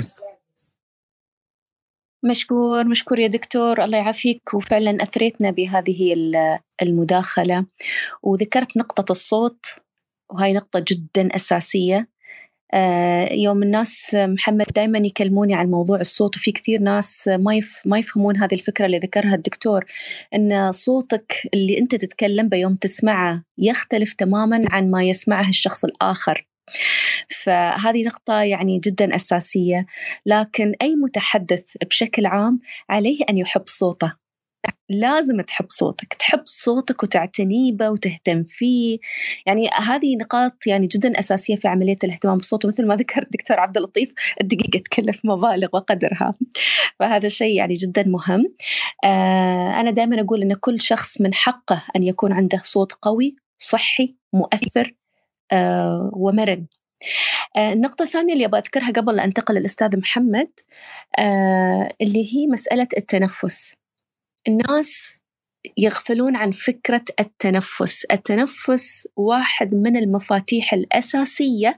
B: مشكور مشكور يا دكتور، الله يعافيك. وفعلا أثريتنا بهذه المداخلة وذكرت نقطة الصوت، وهي نقطة جدا أساسية. يوم الناس محمد دائما يكلموني عن موضوع الصوت، وفي كثير ناس ما يف ما يفهمون هذه الفكرة اللي ذكرها الدكتور، أن صوتك اللي أنت تتكلم بيوم تسمعه يختلف تماما عن ما يسمعه الشخص الآخر. فهذه نقطة يعني جدا أساسية. لكن أي متحدث بشكل عام عليه أن يحب صوته، لازم تحب صوتك، تحب صوتك وتعتني به وتهتم فيه. يعني هذه نقاط يعني جدا أساسية في عملية الاهتمام بالصوت. ومثل ما ذكر الدكتور عبد اللطيف، الدقيقة تكلف مبالغ وقدرها، فهذا الشيء يعني جدا مهم. آه أنا دائما أقول أن كل شخص من حقه أن يكون عنده صوت قوي صحي مؤثر آه ومرن. آه النقطة الثانية اللي أبغى أذكرها قبل أن أنتقل للأستاذ محمد، آه اللي هي مسألة التنفس. الناس يغفلون عن فكرة التنفس. التنفس واحد من المفاتيح الأساسية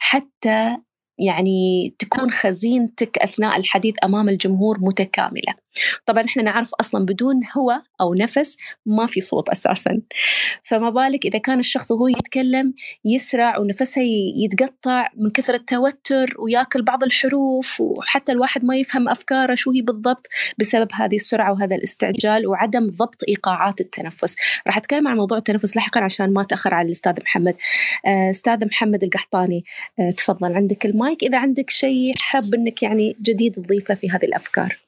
B: حتى يعني تكون خزينتك أثناء الحديث أمام الجمهور متكاملة. طبعا إحنا نعرف أصلا بدون هواء أو نفس ما في صوت أساسا، فما بالك إذا كان الشخص وهو يتكلم يسرع ونفسه يتقطع من كثرة التوتر ويأكل بعض الحروف، وحتى الواحد ما يفهم أفكاره شو هي بالضبط بسبب هذه السرعة وهذا الاستعجال وعدم ضبط إيقاعات التنفس. راح أتكلم عن موضوع التنفس لاحقا عشان ما تأخر على الأستاذ محمد. أستاذ محمد القحطاني، تفضل عندك المايك إذا عندك شيء حاب أنك يعني جديد تضيفه في هذه الأفكار.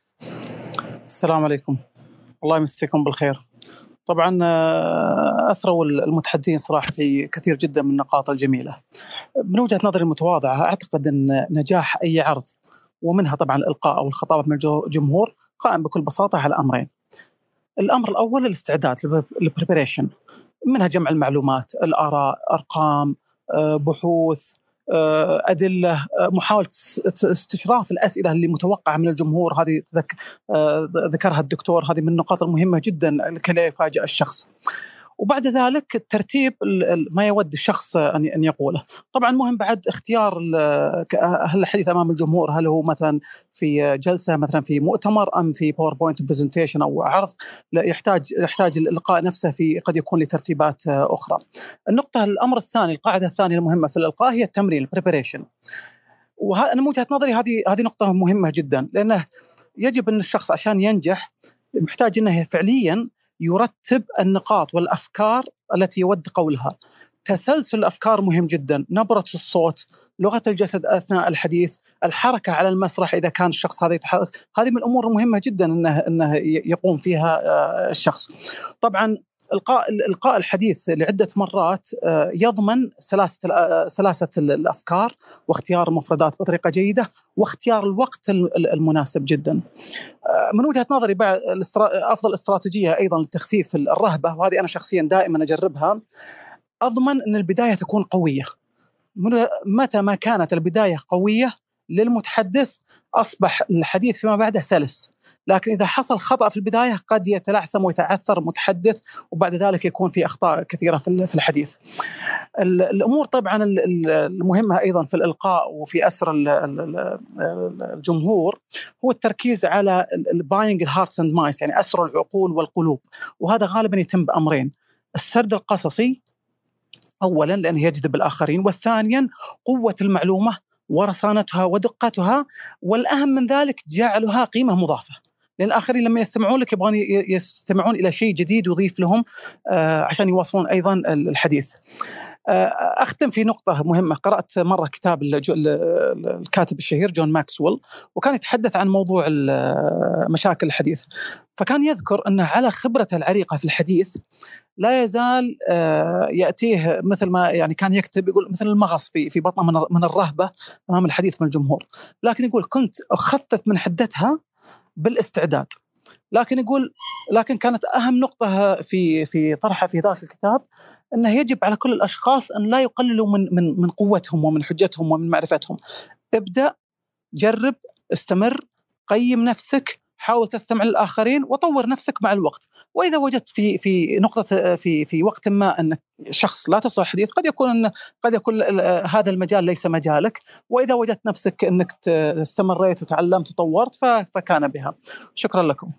F: السلام عليكم، الله يمسيكم بالخير. طبعا أثروا المتحدثين صراحة في كثير جدا من النقاط الجميلة. من وجهة نظري المتواضعة أعتقد أن نجاح أي عرض ومنها طبعا الإلقاء أو الخطابة من الجمهور قائم بكل بساطة على أمرين. الأمر الأول الاستعداد، البريبريشن، منها جمع المعلومات، الآراء، أرقام، بحوث، أدلة، محاولة استشراف الأسئلة اللي متوقعة من الجمهور. هذه ذكرها الدكتور، هذه من النقاط المهمة جدا لكي لا يفاجأ الشخص. وبعد ذلك الترتيب ما يود الشخص أن يقوله. طبعا مهم بعد اختيار هل الحديث أمام الجمهور هل هو مثلا في جلسة، مثلا في مؤتمر، أم في باوربوينت برزنتيشن أو عرض. يحتاج يحتاج الإلقاء نفسه في قد يكون لترتيبات أخرى. النقطة الأمر الثاني، القاعدة الثانية المهمة في الإلقاء هي التمرين، البريبريشن. وأنا من وجهة نظري هذه هذه نقطة مهمة جدا، لأنه يجب أن الشخص عشان ينجح محتاج أنه فعليا يرتب النقاط والأفكار التي يود قولها. تسلسل الأفكار مهم جدا، نبرة الصوت، لغة الجسد أثناء الحديث، الحركة على المسرح إذا كان الشخص هذا يتحرك. هذه من الأمور المهمة جدا أنه, إنه يقوم فيها الشخص. طبعا إلقاء إلقاء الحديث لعدة مرات يضمن سلاسة سلاسة الأفكار واختيار المفردات بطريقة جيدة واختيار الوقت المناسب جدا. من وجهة نظري أفضل استراتيجية أيضا لتخفيف الرهبة، وهذه أنا شخصيا دائما أجربها، أضمن أن البداية تكون قوية. متى ما كانت البداية قوية للمتحدث أصبح الحديث فيما بعده سلس. لكن إذا حصل خطأ في البداية قد يتلعثم ويتعثر المتحدث، وبعد ذلك يكون في أخطاء كثيرة في الحديث. الأمور طبعا المهمة أيضا في الإلقاء وفي أسر الجمهور هو التركيز على buying hearts and minds، يعني أسر العقول والقلوب. وهذا غالبا يتم بأمرين: السرد القصصي أولا لأنه يجذب الآخرين، والثانيا قوة المعلومة ورصانتها ودقتها، والأهم من ذلك جعلها قيمة مضافة، لأن الآخرين لما يستمعون لك يبغون يستمعون إلى شيء جديد يضيف لهم عشان يواصلون أيضا الحديث. أختم في نقطة مهمة. قرأت مرة كتاب الكاتب الشهير جون ماكسويل، وكان يتحدث عن موضوع مشاكل الحديث، فكان يذكر أنه على خبرته العريقة في الحديث لا يزال يأتيه مثل ما يعني كان يكتب، يقول مثل المغص في في بطنه من الرهبة أمام الحديث من الجمهور، لكن يقول كنت أخفف من حدتها بالاستعداد. لكن يقول لكن كانت أهم نقطة في في طرحها في ذاك الكتاب أنه يجب على كل الأشخاص أن لا يقللوا من من من قوتهم ومن حجتهم ومن معرفتهم. ابدأ، جرب، استمر، قيم نفسك، حاول تستمع للآخرين وطور نفسك مع الوقت. وإذا وجدت في في نقطة في في وقت ما أن شخص لا تصل الحديث، قد يكون أن قد يكون هذا المجال ليس مجالك، وإذا وجدت نفسك أنك استمريت وتعلمت وطورت فكان بها. شكرا لكم.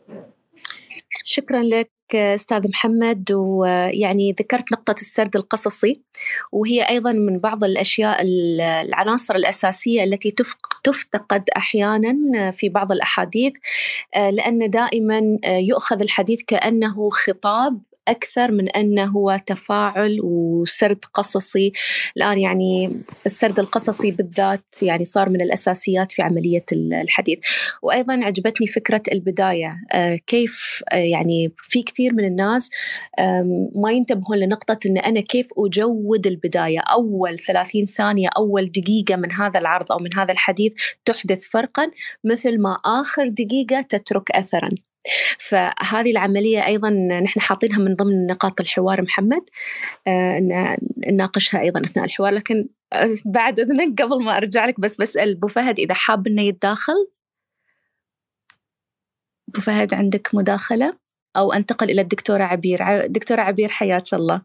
B: شكرا لك أستاذ محمد. ويعني ذكرت نقطة السرد القصصي، وهي أيضا من بعض الأشياء العناصر الأساسية التي تفتقد أحيانا في بعض الأحاديث، لأن دائما يؤخذ الحديث كأنه خطاب أكثر من أنه هو تفاعل وسرد قصصي. الآن يعني السرد القصصي بالذات يعني صار من الأساسيات في عملية الحديث. وأيضا عجبتني فكرة البداية، كيف يعني في كثير من الناس ما ينتبهون لنقطة أن أنا كيف أجود البداية. أول ثلاثين ثانية، أول دقيقة من هذا العرض أو من هذا الحديث تحدث فرقا، مثل ما آخر دقيقة تترك أثرا. فهذه العملية أيضا نحن حاطينها من ضمن نقاط الحوار محمد، آه نناقشها أيضا أثناء الحوار. لكن بعد إذنك قبل ما أرجع لك بس بسأل أبو فهد إذا حاب إنه يتداخل. أبو فهد عندك مداخلة أو أنتقل إلى الدكتورة عبير؟ دكتورة عبير حياك الله.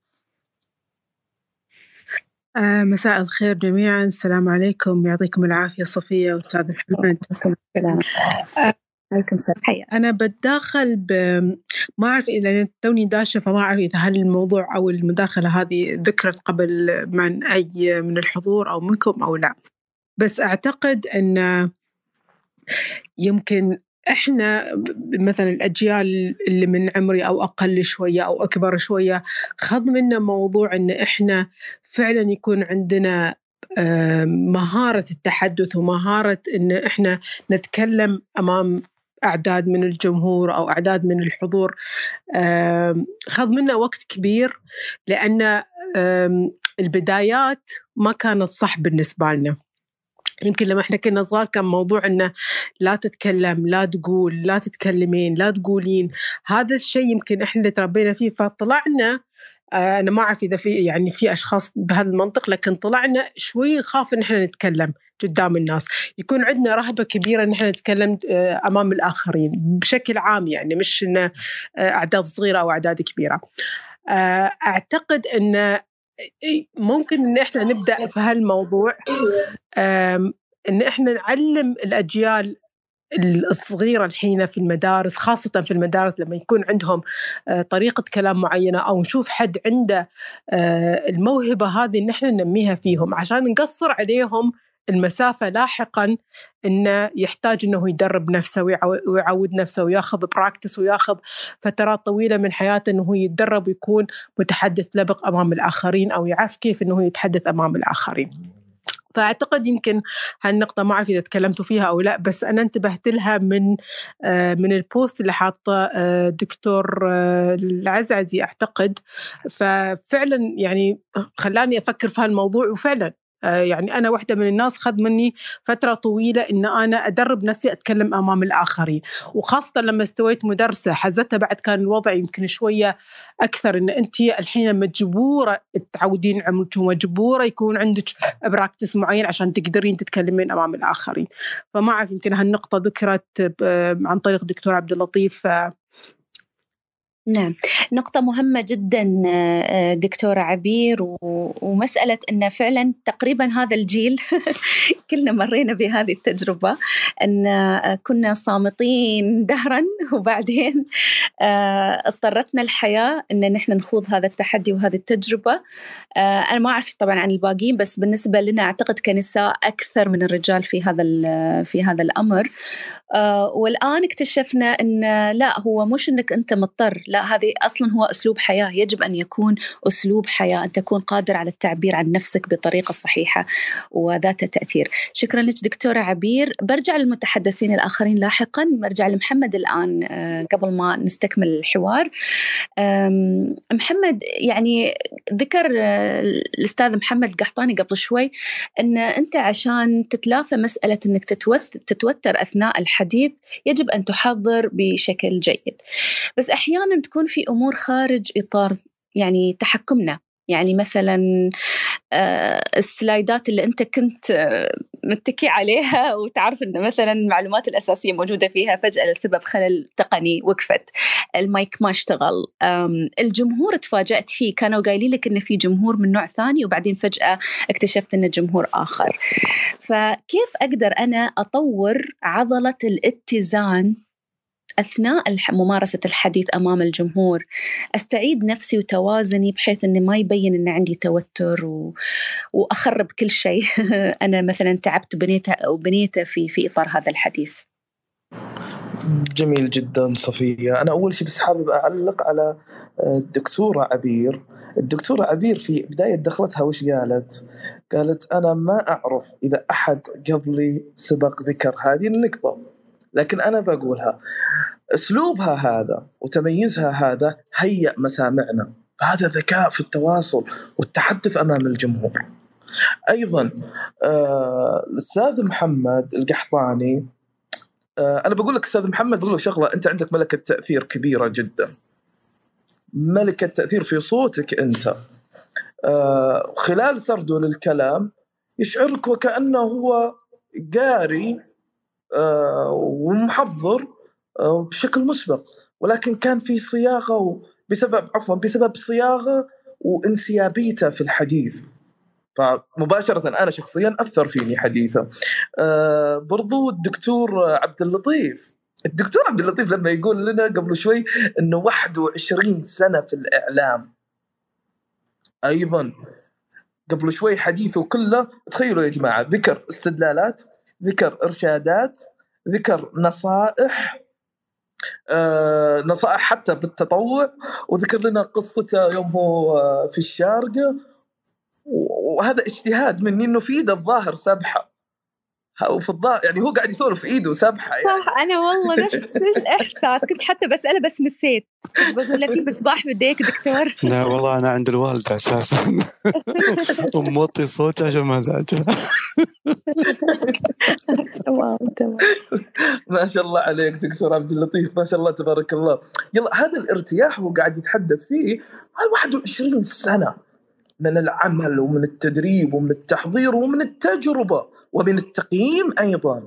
G: آه مساء الخير جميعا، السلام عليكم، يعطيكم العافية صفية وأستاذ محمد.
B: السلام.
G: آه
B: عليكم السلام. حيا.
G: أنا بتداخل ب ما أعرف إذا توني داشة، فما أعرف إذا هل الموضوع أو المداخلة هذه ذكرت قبل من أي من الحضور أو منكم أو لا، بس أعتقد أن يمكن إحنا مثلا الأجيال اللي من عمري أو أقل شوية أو أكبر شوية خذ منا موضوع أن إحنا فعلا يكون عندنا مهارة التحدث ومهارة أن إحنا نتكلم أمام أعداد من الجمهور أو أعداد من الحضور. خذ منا وقت كبير لأن البدايات ما كانت صح بالنسبة لنا. يمكن لما إحنا كنا صغار كان موضوع إنه لا تتكلم، لا تقول، لا تتكلمين، لا تقولين. هذا الشيء يمكن إحنا اللي تربينا فيه، فطلعنا آه أنا ما أعرف إذا في يعني في أشخاص بهذا المنطق، لكن طلعنا شوي خاف إن إحنا نتكلم قدام الناس، يكون عندنا رهبة كبيرة إن إحنا نتكلم آه أمام الآخرين بشكل عام، يعني مش إن آه أعداد صغيرة أو أعداد كبيرة. آه أعتقد إن ممكن إن إحنا نبدأ في هالموضوع، إن إحنا نعلم الأجيال الصغيرة الحين في المدارس، خاصة في المدارس لما يكون عندهم طريقة كلام معينة أو نشوف حد عنده الموهبة هذه، إن إحنا ننميها فيهم عشان نقصر عليهم المسافة لاحقا، إنه يحتاج إنه يدرب نفسه ويعود نفسه وياخذ براكتس وياخذ فترات طويلة من حياته إنه يتدرب ويكون متحدث لبق أمام الآخرين، أو يعرف كيف إنه يتحدث أمام الآخرين. فأعتقد يمكن هالنقطة ما أعرف إذا تكلمتوا فيها أو لا، بس أنا انتبهت لها من من البوست اللي حاطه دكتور العزعزي أعتقد، ففعلا يعني خلاني أفكر في هالموضوع. وفعلا يعني أنا واحدة من الناس خذ مني فترة طويلة إن أنا أدرب نفسي أتكلم أمام الآخرين، وخاصة لما استويت مدرسة حزتها بعد كان الوضع يمكن شوية أكثر، إن أنت الحين مجبورة تعودين عمرك ومجبورة يكون عندك براكتس معين عشان تقدرين تتكلمين أمام الآخرين. فما أعرف يمكن هالنقطة ذكرت عن طريق دكتور عبد اللطيف.
B: نعم، نقطة مهمة جدا دكتورة عبير، ومسألة أن فعلا تقريبا هذا الجيل كلنا مرينا بهذه التجربة، أن كنا صامتين دهرا وبعدين اضطرتنا الحياة أن نحن نخوض هذا التحدي وهذه التجربة. أنا ما أعرف طبعا عن الباقين، بس بالنسبة لنا أعتقد كنساء أكثر من الرجال في هذا في هذا الأمر. والآن اكتشفنا أن لا، هو مش أنك أنت مضطر، لا، هذه أصلا هو أسلوب حياة، يجب أن يكون أسلوب حياة، أن تكون قادر على التعبير عن نفسك بطريقة صحيحة وذات تأثير. شكرا لك دكتورة عبير. برجع للمتحدثين الآخرين لاحقا، برجع لمحمد الآن قبل ما نستكمل الحوار. محمد، يعني ذكر الأستاذ محمد القحطاني قبل شوي أن أنت عشان تتلافى مسألة أنك تتوتر أثناء الحديث يجب أن تحضر بشكل جيد، بس أحيانا تكون في أمور خارج إطار يعني تحكمنا، يعني مثلا السلايدات اللي أنت كنت متكي عليها وتعرف أن مثلا المعلومات الأساسية موجودة فيها، فجأة لسبب خلل تقني وقفت، المايك ما اشتغل، الجمهور تفاجأت فيه، كانوا قايلين لك أن في جمهور من نوع ثاني وبعدين فجأة اكتشفت أن الجمهور آخر. فكيف أقدر أنا أطور عضلة الاتزان أثناء ممارسة الحديث أمام الجمهور، أستعيد نفسي وتوازني بحيث أني ما يبين أن عندي توتر و... وأخرب كل شيء أنا مثلا تعبت بنيته أو بنيته في في إطار هذا الحديث.
C: جميل جدا صفية. أنا أول شيء بس حابب أعلق على الدكتورة عبير. الدكتورة عبير في بداية دخلتها وش قالت؟ قالت أنا ما أعرف إذا أحد قبلي سبق ذكر هذه النقطة، لكن أنا بقولها. أسلوبها هذا وتميزها هذا هيأ مسامعنا، فهذا ذكاء في التواصل والتحدث أمام الجمهور. أيضا آه الأستاذ محمد القحطاني، آه أنا بقول لك أستاذ محمد، بقول لك شغلة، أنت عندك ملكة تأثير كبيرة جدا، ملكة تأثير في صوتك أنت. آه خلال سرده للكلام يشعرك وكأنه هو قاري آه ومحضر آه بشكل مسبق، ولكن كان في صياغة بسبب عفوا بسبب صياغة وانسيابيته في الحديث، فمباشرة أنا شخصيا أثر فيني حديثه. آه برضو الدكتور عبد اللطيف الدكتور عبد اللطيف لما يقول لنا قبل شوي إنه واحد وعشرين سنة في الإعلام، أيضا قبل شوي حديثه كله، تخيلوا يا جماعة، ذكر استدلالات، ذكر إرشادات، ذكر نصائح، آه نصائح حتى بالتطوع، وذكر لنا قصته يوم هو في الشارقة، وهذا اجتهاد مني إنه في إيده الظاهر سبحة، وفي الظاهر يعني هو قاعد يسولف في إيده سبحة يعني.
B: صح، أنا والله نفس الإحساس، كنت حتى بسأله بس نسيت، بقول له في مصباح بديك دكتور.
E: لا والله أنا عند الوالدة أساسا وموطي صوتي عشان ما أزعجها.
B: تمام تمام.
C: ما شاء الله عليك دكتور عبد اللطيف، ما شاء الله تبارك الله. يلا هذا الارتياح هو قاعد يتحدث فيه هاي واحد وعشرين سنة من العمل ومن التدريب ومن التحضير ومن التجربة ومن التقييم أيضا.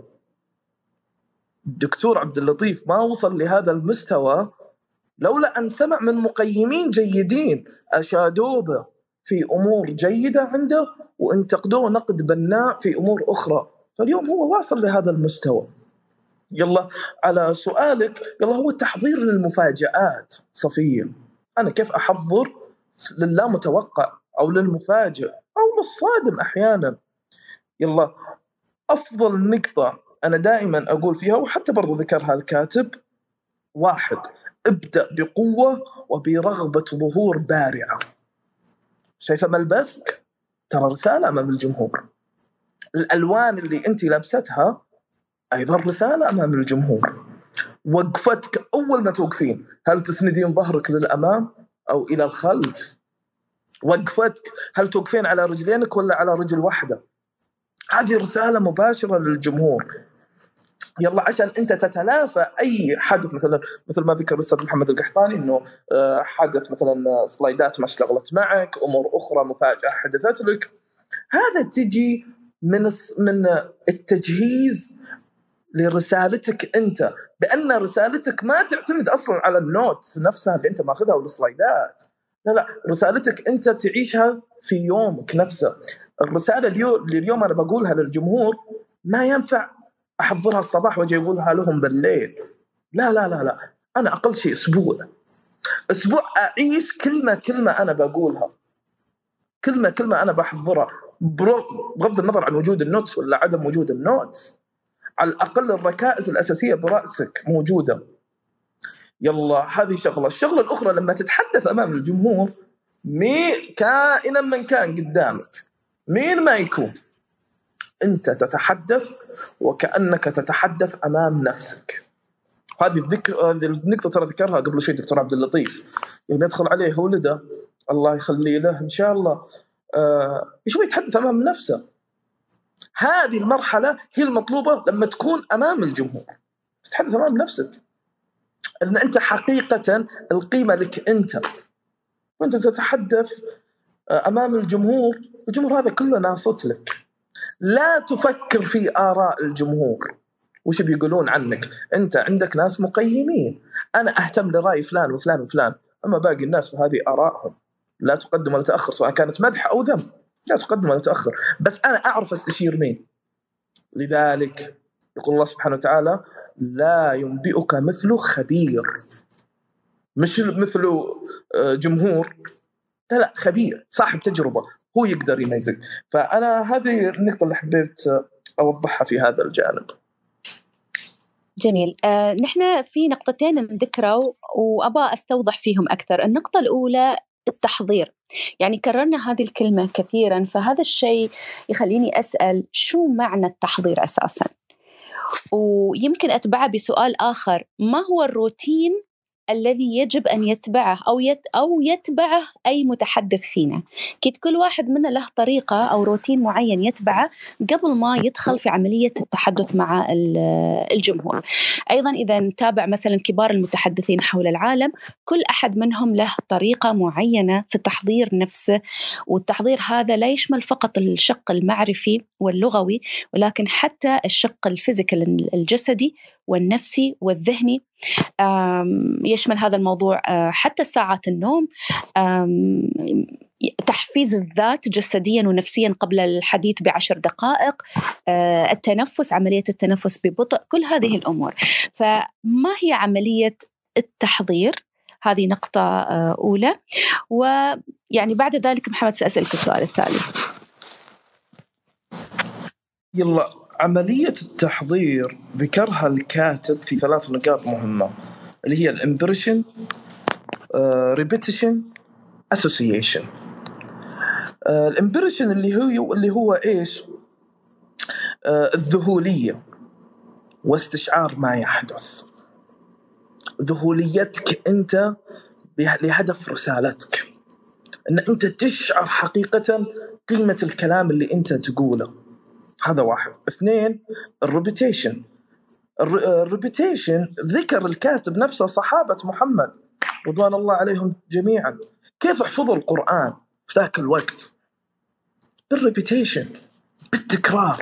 C: الدكتور عبد اللطيف ما وصل لهذا المستوى لولا أن سمع من مقيمين جيدين أشادوه به في أمور جيدة عنده وانتقدوه نقد بناء في أمور أخرى، فاليوم هو واصل لهذا المستوى. يلا على سؤالك، يلا هو تحضير للمفاجآت. صفية، أنا كيف أحضر للا متوقع أو للمفاجئ أو للصادم أحيانا؟ يلا أفضل نقطة أنا دائما أقول فيها، وحتى برضو ذكرها الكاتب، واحد، ابدأ بقوة وبرغبة ظهور بارعة. شايفة ملبسك؟ ترى رسالة أمام الجمهور. الألوان اللي أنت لابستها أيضا رسالة أمام الجمهور. وقفتك أول ما توقفين، هل تسندين ظهرك للأمام أو إلى الخلف؟ وقفتك هل توقفين على رجلينك ولا على رجل واحدة؟ هذه رسالة مباشرة للجمهور. يلا عشان أنت تتلافى أي حدث، مثلا مثل ما ذكر الأستاذ محمد القحطاني إنه حدث مثلا سلايدات ما اشتغلت معك، أمور أخرى مفاجأة حدثت لك، هذا تجي من من التجهيز لرسالتك أنت، بأن رسالتك ما تعتمد أصلا على النوتس نفسها اللي أنت ماخذها والسلايدات، لا لا، رسالتك أنت تعيشها في يومك نفسه. الرسالة اليوم اللي اليوم أنا بقولها للجمهور ما ينفع أحضرها الصباح وأجي أقولها لهم بالليل، لا لا لا لا، أنا أقل شيء أسبوع أسبوع أعيش كلمة كلمة أنا بقولها، كلمة كلمة أنا بحضرها، بغض النظر عن وجود النوتس ولا عدم وجود النوتس، على الأقل الركائز الأساسية برأسك موجودة. يلا هذه شغلة. الشغلة الأخرى لما تتحدث أمام الجمهور، مي كائنا من كان قدامك، مين ما يكون، أنت تتحدث وكأنك تتحدث أمام نفسك. هذه الذكر، هذه النقطة ترى ذكرها قبل شيء دكتور عبد اللطيف يوم يدخل عليه ولده الله يخلي له إن شاء الله، آه يشوف يتحدث أمام نفسه. هذه المرحلة هي المطلوبة لما تكون أمام الجمهور، تتحدث أمام نفسك، أن أنت حقيقة القيمة لك أنت، وأنت تتحدث أمام الجمهور، الجمهور هذا كله ناصت لك. لا تفكر في آراء الجمهور وش بيقولون عنك، أنت عندك ناس مقيمين، أنا أهتم لرأي فلان وفلان وفلان، أما باقي الناس فهذه آرائهم، لا تقدم ولا تأخر، سواء كانت مدح أو ذم، لا تقدم ولا تأخر، بس أنا أعرف استشير مين. لذلك يقول الله سبحانه وتعالى لا ينبئك مثل خبير، مش مثل جمهور، لا لا، خبير صاحب تجربة هو يقدر يميزك. فأنا هذه النقطة اللي حبيت أوضحها في هذا الجانب.
B: جميل. آه، نحن في نقطتين نذكروا وأبا أستوضح فيهم أكثر. النقطة الأولى التحضير، يعني كررنا هذه الكلمة كثيرا، فهذا الشيء يخليني أسأل شو معنى التحضير أساسا، ويمكن أتبعه بسؤال آخر، ما هو الروتين الذي يجب أن يتبعه أو يت أو يتبعه أي متحدث فينا؟ كيف كل واحد منا له طريقة أو روتين معين يتبعه قبل ما يدخل في عملية التحدث مع الجمهور. أيضا إذا نتابع مثلا كبار المتحدثين حول العالم، كل أحد منهم له طريقة معينة في التحضير نفسه، والتحضير هذا لا يشمل فقط الشق المعرفي واللغوي، ولكن حتى الشق الفيزيكال الجسدي والنفسي والذهني. يشمل هذا الموضوع حتى ساعات النوم، تحفيز الذات جسديا ونفسيا قبل الحديث بعشر دقائق، التنفس، عملية التنفس ببطء، كل هذه الأمور. فما هي عملية التحضير؟ هذه نقطة أولى. ويعني بعد ذلك محمد سأسألك السؤال التالي.
C: يلا، عملية التحضير ذكرها الكاتب في ثلاث نقاط مهمة، اللي هي الامبريشن، ريبيتيشن، association. الامبريشن اللي هو اللي هو ايش؟ آه الذهولية واستشعار ما يحدث، ذهوليتك انت لهدف رسالتك، ان انت تشعر حقيقة قيمة الكلام اللي انت تقوله. هذا واحد. اثنين، الريبيتيشن. الريبيتيشن ذكر الكاتب نفسه صحابة محمد رضوان الله عليهم جميعا كيف حفظوا القرآن في ذاك الوقت، بالريبيتيشن، بالتكرار.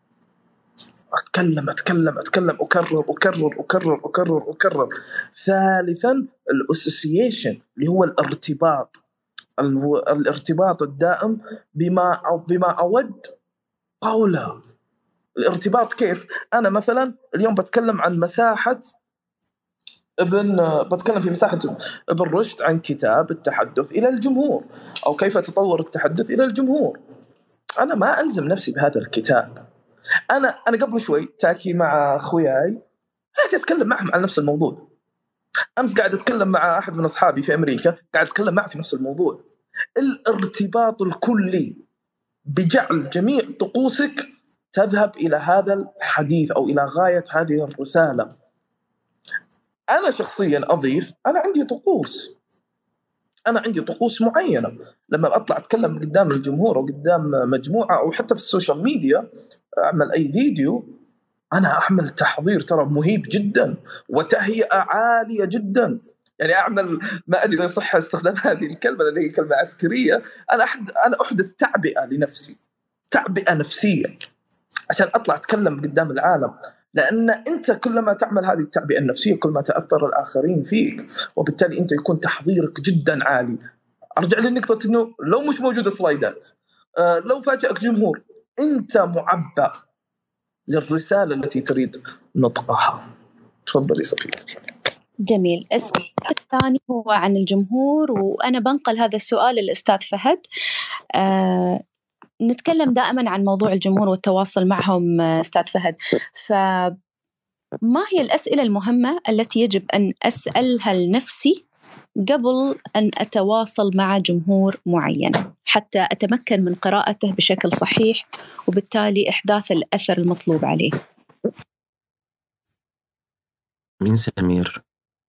C: أتكلم أتكلم أتكلم أكرر أكرر أكرر أكرر أكرر. ثالثا، الأسوسيشن اللي هو الارتباط، الارتباط الدائم بما أو بما أود قوله. الارتباط كيف؟ أنا مثلا اليوم بتكلم عن مساحة ابن بتكلم في مساحة ابن رشد عن كتاب التحدث إلى الجمهور، أو كيف تطور التحدث إلى الجمهور. أنا ما ألزم نفسي بهذا الكتاب. أنا أنا قبل شوي تاكي مع أخوياي قاعد أتكلم معهم عن نفس الموضوع. أمس قاعد أتكلم مع أحد من أصحابي في أمريكا، قاعد أتكلم معه في نفس الموضوع. الارتباط الكلي بجعل جميع طقوسك تذهب إلى هذا الحديث أو إلى غاية هذه الرسالة. أنا شخصيا أضيف، أنا عندي طقوس أنا عندي طقوس معينة. لما أطلع أتكلم قدام الجمهور أو قدام مجموعة أو حتى في السوشيال ميديا أعمل أي فيديو، أنا أعمل تحضير ترى مهيب جدا وتهيئة عالية جدا. يعني أعمل، ما أدري صح استخدام هذه الكلمة اللي هي كلمة عسكرية، أنا أحد أنا أحدث تعبئة لنفسي، تعبئة نفسية عشان أطلع أتكلم قدام العالم. لأن أنت كلما تعمل هذه التعبئة النفسية كل ما تأثر الآخرين فيك، وبالتالي أنت يكون تحضيرك جدا عالي. أرجع للنقطة إنه لو مش موجودة سلايدات، آه لو فاجأك جمهور، أنت معبأ للرسالة التي تريد نطقها. تفضلي صفية.
B: جميل. السؤال الثاني هو عن الجمهور، وأنا بنقل هذا السؤال للأستاذ فهد. آه نتكلم دائما عن موضوع الجمهور والتواصل معهم أستاذ فهد، فما هي الأسئلة المهمة التي يجب أن أسألها لنفسي قبل أن أتواصل مع جمهور معين حتى أتمكن من قراءته بشكل صحيح وبالتالي إحداث الأثر المطلوب عليه؟
H: مين سمير؟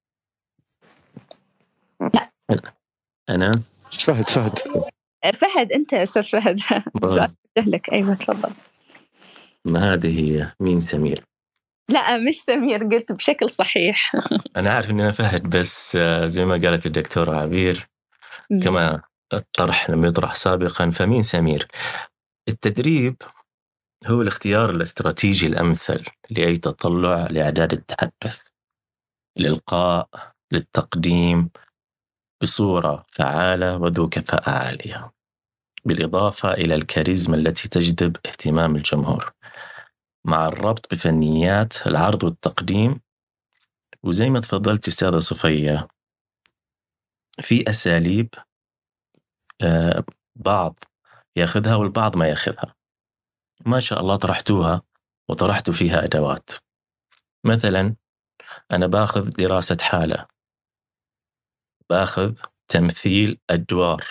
B: لا
H: أنا
E: فهد فهد
B: فهد أنت أستاذ فهد. لك. أيوة تفضل.
H: ما هذه هي مين سمير؟
B: لا مش سمير، قلت بشكل صحيح.
H: أنا عارف إن أنا فهد، بس زي ما قالت الدكتورة عبير كما الطرح لم يطرح سابقا، فمين سمير؟ التدريب هو الاختيار الاستراتيجي الأمثل لأي تطلع لإعداد التحدث، الإلقاء، للتقديم بصورة فعالة وذو كفاءة عالية، بالإضافة إلى الكاريزما التي تجذب اهتمام الجمهور، مع الربط بفنيات العرض والتقديم. وزي ما تفضلت أستاذة صفية، في أساليب بعض ياخذها والبعض ما ياخذها. ما شاء الله طرحتوها وطرحتوا فيها أدوات. مثلا أنا باخذ دراسة حالة، باخذ تمثيل أدوار،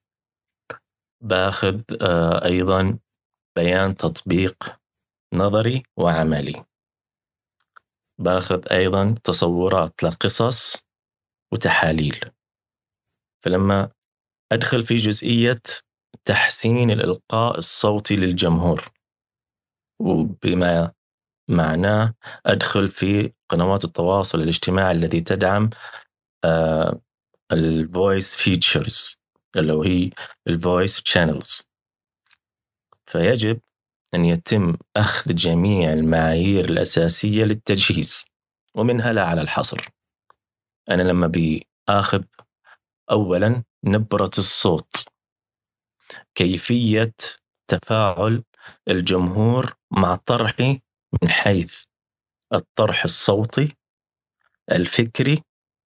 H: باخذ أيضا بيان تطبيق نظري وعملي، باخذ أيضا تصورات لقصص وتحاليل. فلما أدخل في جزئية تحسين الإلقاء الصوتي للجمهور، وبما معناه أدخل في قنوات التواصل الاجتماعي التي تدعم آه الفويس فيتشرز اللي هي الفويس channels. فيجب أن يتم أخذ جميع المعايير الأساسية للتجهيز ومنها لا على الحصر. أنا لما بأخذ أولا نبرة الصوت، كيفية تفاعل الجمهور مع طرحي من حيث الطرح الصوتي الفكري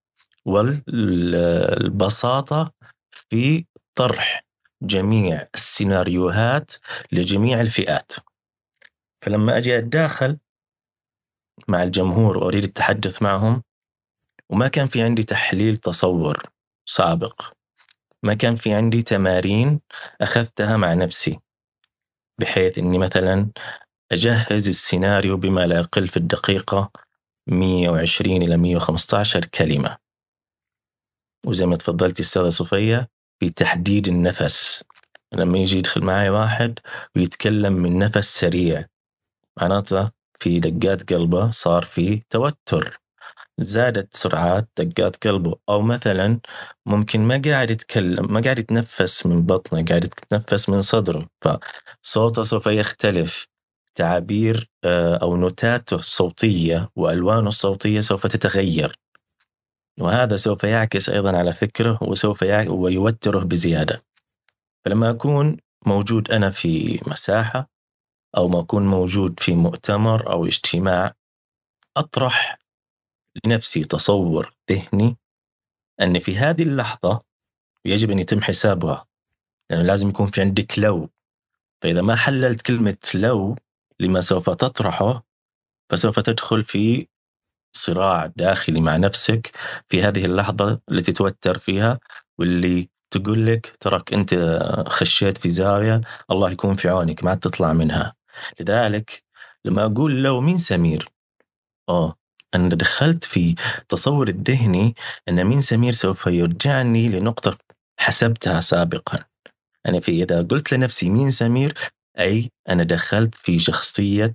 H: والبساطة في طرح جميع السيناريوهات لجميع الفئات. فلما أجي أتداخل مع الجمهور وأريد التحدث معهم، وما كان في عندي تحليل تصور سابق، ما كان في عندي تمارين أخذتها مع نفسي بحيث أني مثلا أجهز السيناريو بما لا يقل في الدقيقة مئة وعشرين إلى مئة وخمسة عشر كلمة، وزي ما تفضلتي أستاذة صفية في تحديد النفس. لما يجي يدخل معي واحد ويتكلم من نفس سريع، معناته في دقات قلبه صار في توتر، زادت سرعات دقات قلبه، أو مثلا ممكن ما قاعد يتكلم، ما قاعد يتنفس من بطنه، قاعد يتنفس من صدره، فصوته سوف يختلف، تعابير أو نوتاته الصوتية وألوانه الصوتية سوف تتغير، وهذا سوف يعكس أيضا على فكره وسوف يوتره بزيادة. فلما أكون موجود أنا في مساحة أو ما أكون موجود في مؤتمر أو اجتماع، أطرح لنفسي تصور ذهني أن في هذه اللحظة يجب أن يتم حسابها، لأنه لازم يكون في عندك لو. فإذا ما حللت كلمة لو لما سوف تطرحه، فسوف تدخل في صراع داخلي مع نفسك في هذه اللحظة اللي تتوتر فيها، واللي تقول لك ترك أنت خشيت في زاوية الله يكون في عونك ما تطلع منها. لذلك لما أقول لو مين سمير، آه أنا دخلت في تصور الذهني أن مين سمير سوف يرجعني لنقطة حسبتها سابقا. أنا في إذا قلت لنفسي مين سمير، أي أنا دخلت في شخصية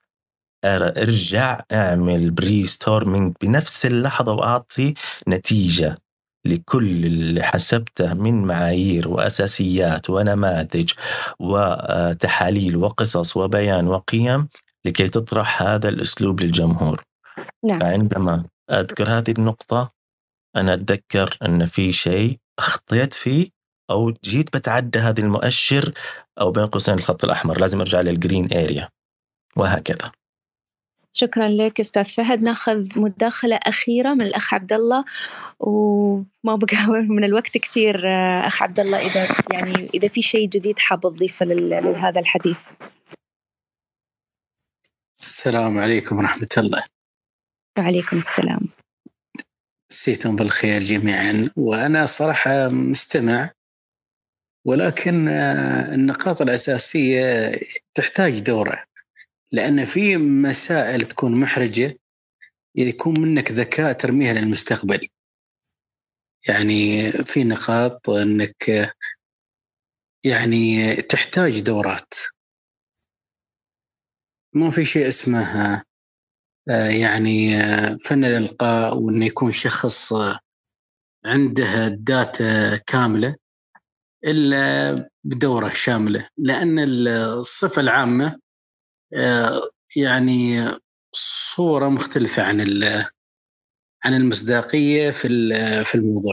H: أرجع أعمل بريستورمينج بنفس اللحظة وأعطي نتيجة لكل اللي حسبته من معايير وأساسيات ونماذج وتحاليل وقصص وبيان وقيم لكي تطرح هذا الأسلوب للجمهور.
B: نعم.
H: فعندما أذكر هذه النقطة أنا أتذكر أن في شيء أخطيت فيه أو جيت بتعدى هذا المؤشر أو بين قوسين الخط الأحمر، لازم أرجع للجرين أريا، وهكذا.
B: شكرا لك أستاذ فهد. ناخذ مداخلة أخيرة من الأخ عبد الله، وما بقى من الوقت كثير. أخ عبد الله، إذا يعني إذا في شيء جديد حاب تضيفه لهذا الحديث.
I: السلام عليكم ورحمة الله.
B: وعليكم السلام.
I: مسيتم بالخير جميعا. وأنا صراحة مستمع، ولكن النقاط الأساسية تحتاج دورة، لأن في مسائل تكون محرجة يكون منك ذكاء ترميها للمستقبل. يعني في نقاط أنك يعني تحتاج دورات، ما في شيء اسمه يعني فن الإلقاء وأنه يكون شخص عنده الداتا كاملة إلا بدورة شاملة، لأن الصفة العامة يعني صورة مختلفة عن عن المصداقية في في الموضوع.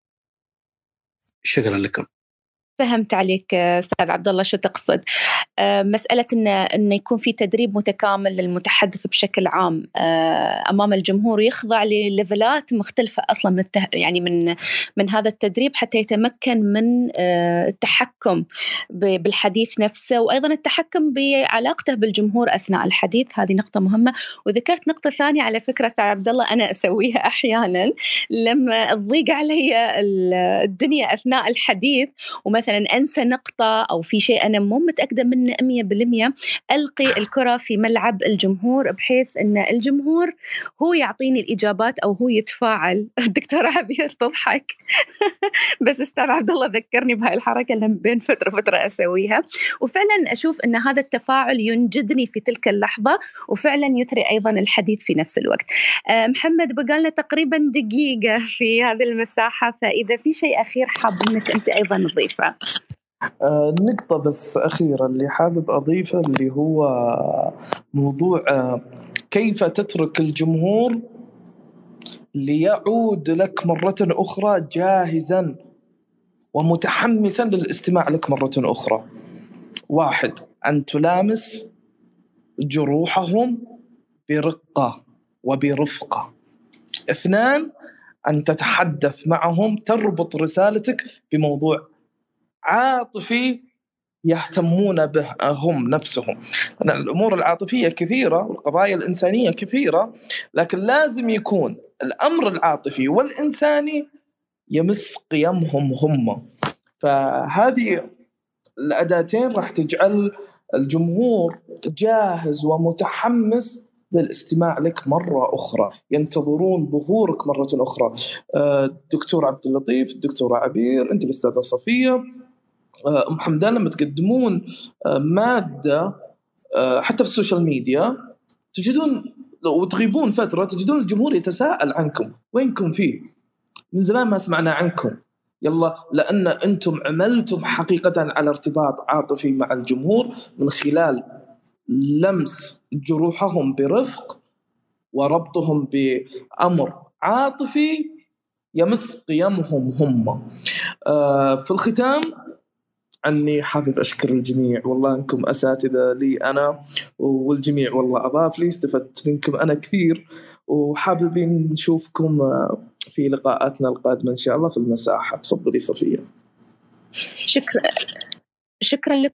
I: شكرا لكم.
B: فهمت عليك أستاذ عبد الله شو تقصد. مسألة إن إنه يكون في تدريب متكامل للمتحدث بشكل عام أمام الجمهور، يخضع لليفلات مختلفة أصلا من الته... يعني من من هذا التدريب حتى يتمكن من التحكم بالحديث نفسه، وأيضا التحكم بعلاقته بالجمهور أثناء الحديث. هذه نقطة مهمة. وذكرت نقطة ثانية على فكرة أستاذ عبد الله، أنا أسويها أحيانا لما تضيق علي الدنيا أثناء الحديث ومثلا أنسى نقطة أو في شيء أنا مو متأكدة منه مية بالمية، ألقي الكرة في ملعب الجمهور بحيث أن الجمهور هو يعطيني الإجابات أو هو يتفاعل. الدكتورة عبير تضحك بس أستاذ عبد الله ذكرني بهاي الحركة اللي بين فترة فترة أسويها، وفعلا أشوف أن هذا التفاعل ينجدني في تلك اللحظة وفعلا يثري أيضا الحديث في نفس الوقت. محمد، بقالنا تقريبا دقيقة في هذه المساحة، فإذا في شيء أخير حاب أنك أنت أيضا نضيفه.
C: آه نقطة بس أخيرة اللي حابب أضيفه اللي هو موضوع آه كيف تترك الجمهور ليعود لك مرة أخرى جاهزا ومتحمسا للاستماع لك مرة أخرى. واحد، أن تلامس جروحهم برقة وبرفقة. اثنان، أن تتحدث معهم، تربط رسالتك بموضوع عاطفي يهتمون به هم نفسهم. الأمور العاطفية كثيرة والقضايا الإنسانية كثيرة، لكن لازم يكون الأمر العاطفي والإنساني يمس قيمهم هم. فهذه الأداتين راح تجعل الجمهور جاهز ومتحمس للاستماع لك مرة أخرى، ينتظرون ظهورك مرة أخرى. الدكتور عبد اللطيف، الدكتورة عبير، أنت الأستاذة صفية، أم حمدان، لما تقدمون مادة حتى في السوشيال ميديا تجدون وتغيبون فترة تجدون الجمهور يتساءل عنكم، وينكم فيه؟ من زمان ما سمعنا عنكم. يلا، لأن أنتم عملتم حقيقة على ارتباط عاطفي مع الجمهور من خلال لمس جروحهم برفق وربطهم بأمر عاطفي يمس قيمهم هم. آه في الختام عني حابب أشكر الجميع، والله أنكم أساتذة لي أنا والجميع، والله أضاف لي، استفدت منكم أنا كثير، وحاببين نشوفكم في لقاءاتنا القادمة إن شاء الله في المساحة. تفضلي صفية.
B: شكرا شكرا لكم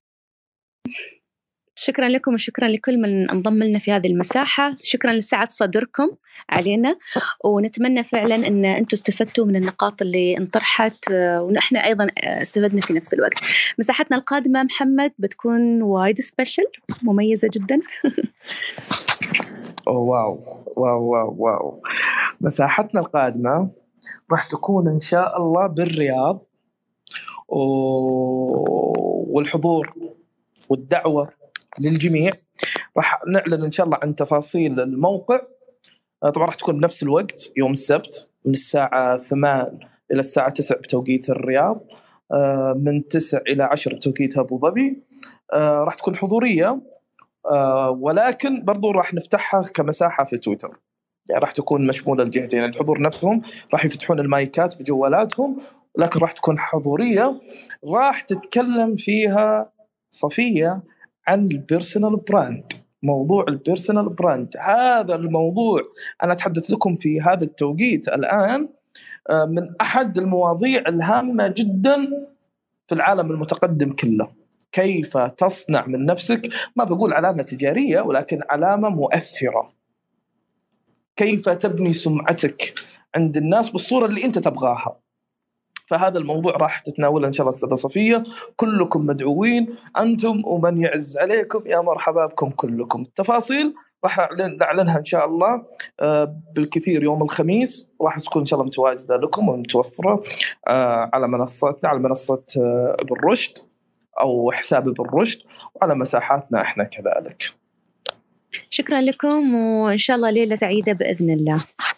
B: شكرا لكم وشكرا لكل من انضم لنا في هذه المساحة. شكرا لسعة صدركم علينا، ونتمنى فعلا أن أنتم استفدتوا من النقاط اللي انطرحت، ونحن أيضا استفدنا في نفس الوقت. مساحتنا القادمة محمد بتكون وايد سبيشل، مميزة جدا.
C: واو واو واو واو. مساحتنا القادمة راح تكون إن شاء الله بالرياض، والحضور والدعوة للجميع. راح نعلن إن شاء الله عن تفاصيل الموقع. طبعا راح تكون بنفس الوقت يوم السبت من الساعة ثمان إلى الساعة تسع بتوقيت الرياض، من تسع إلى عشر بتوقيت أبو ظبي. راح تكون حضورية، ولكن برضو راح نفتحها كمساحة في تويتر، يعني راح تكون مشمولة الجهتين. يعني الحضور نفسهم راح يفتحون المايكات بجوالاتهم، لكن راح تكون حضورية. راح تتكلم فيها صفية عن البيرسونال براند، موضوع البيرسونال براند. هذا الموضوع أنا أتحدث لكم في هذا التوقيت الآن من أحد المواضيع الهامة جدا في العالم المتقدم كله. كيف تصنع من نفسك، ما بقول علامة تجارية، ولكن علامة مؤثرة. كيف تبني سمعتك عند الناس بالصورة اللي أنت تبغاها. فهذا الموضوع راح تتناوله إن شاء الله أستاذة صفية. كلكم مدعوين، أنتم ومن يعز عليكم، يا مرحبا بكم كلكم. التفاصيل راح نعلنها إن شاء الله بالكثير يوم الخميس، راح تكون إن شاء الله متواجدة لكم ومتوفرة على منصتنا، على منصة ابن رشد أو حساب ابن رشد، وعلى مساحاتنا إحنا كذلك.
B: شكرا لكم، وإن شاء الله ليلة سعيدة بإذن الله.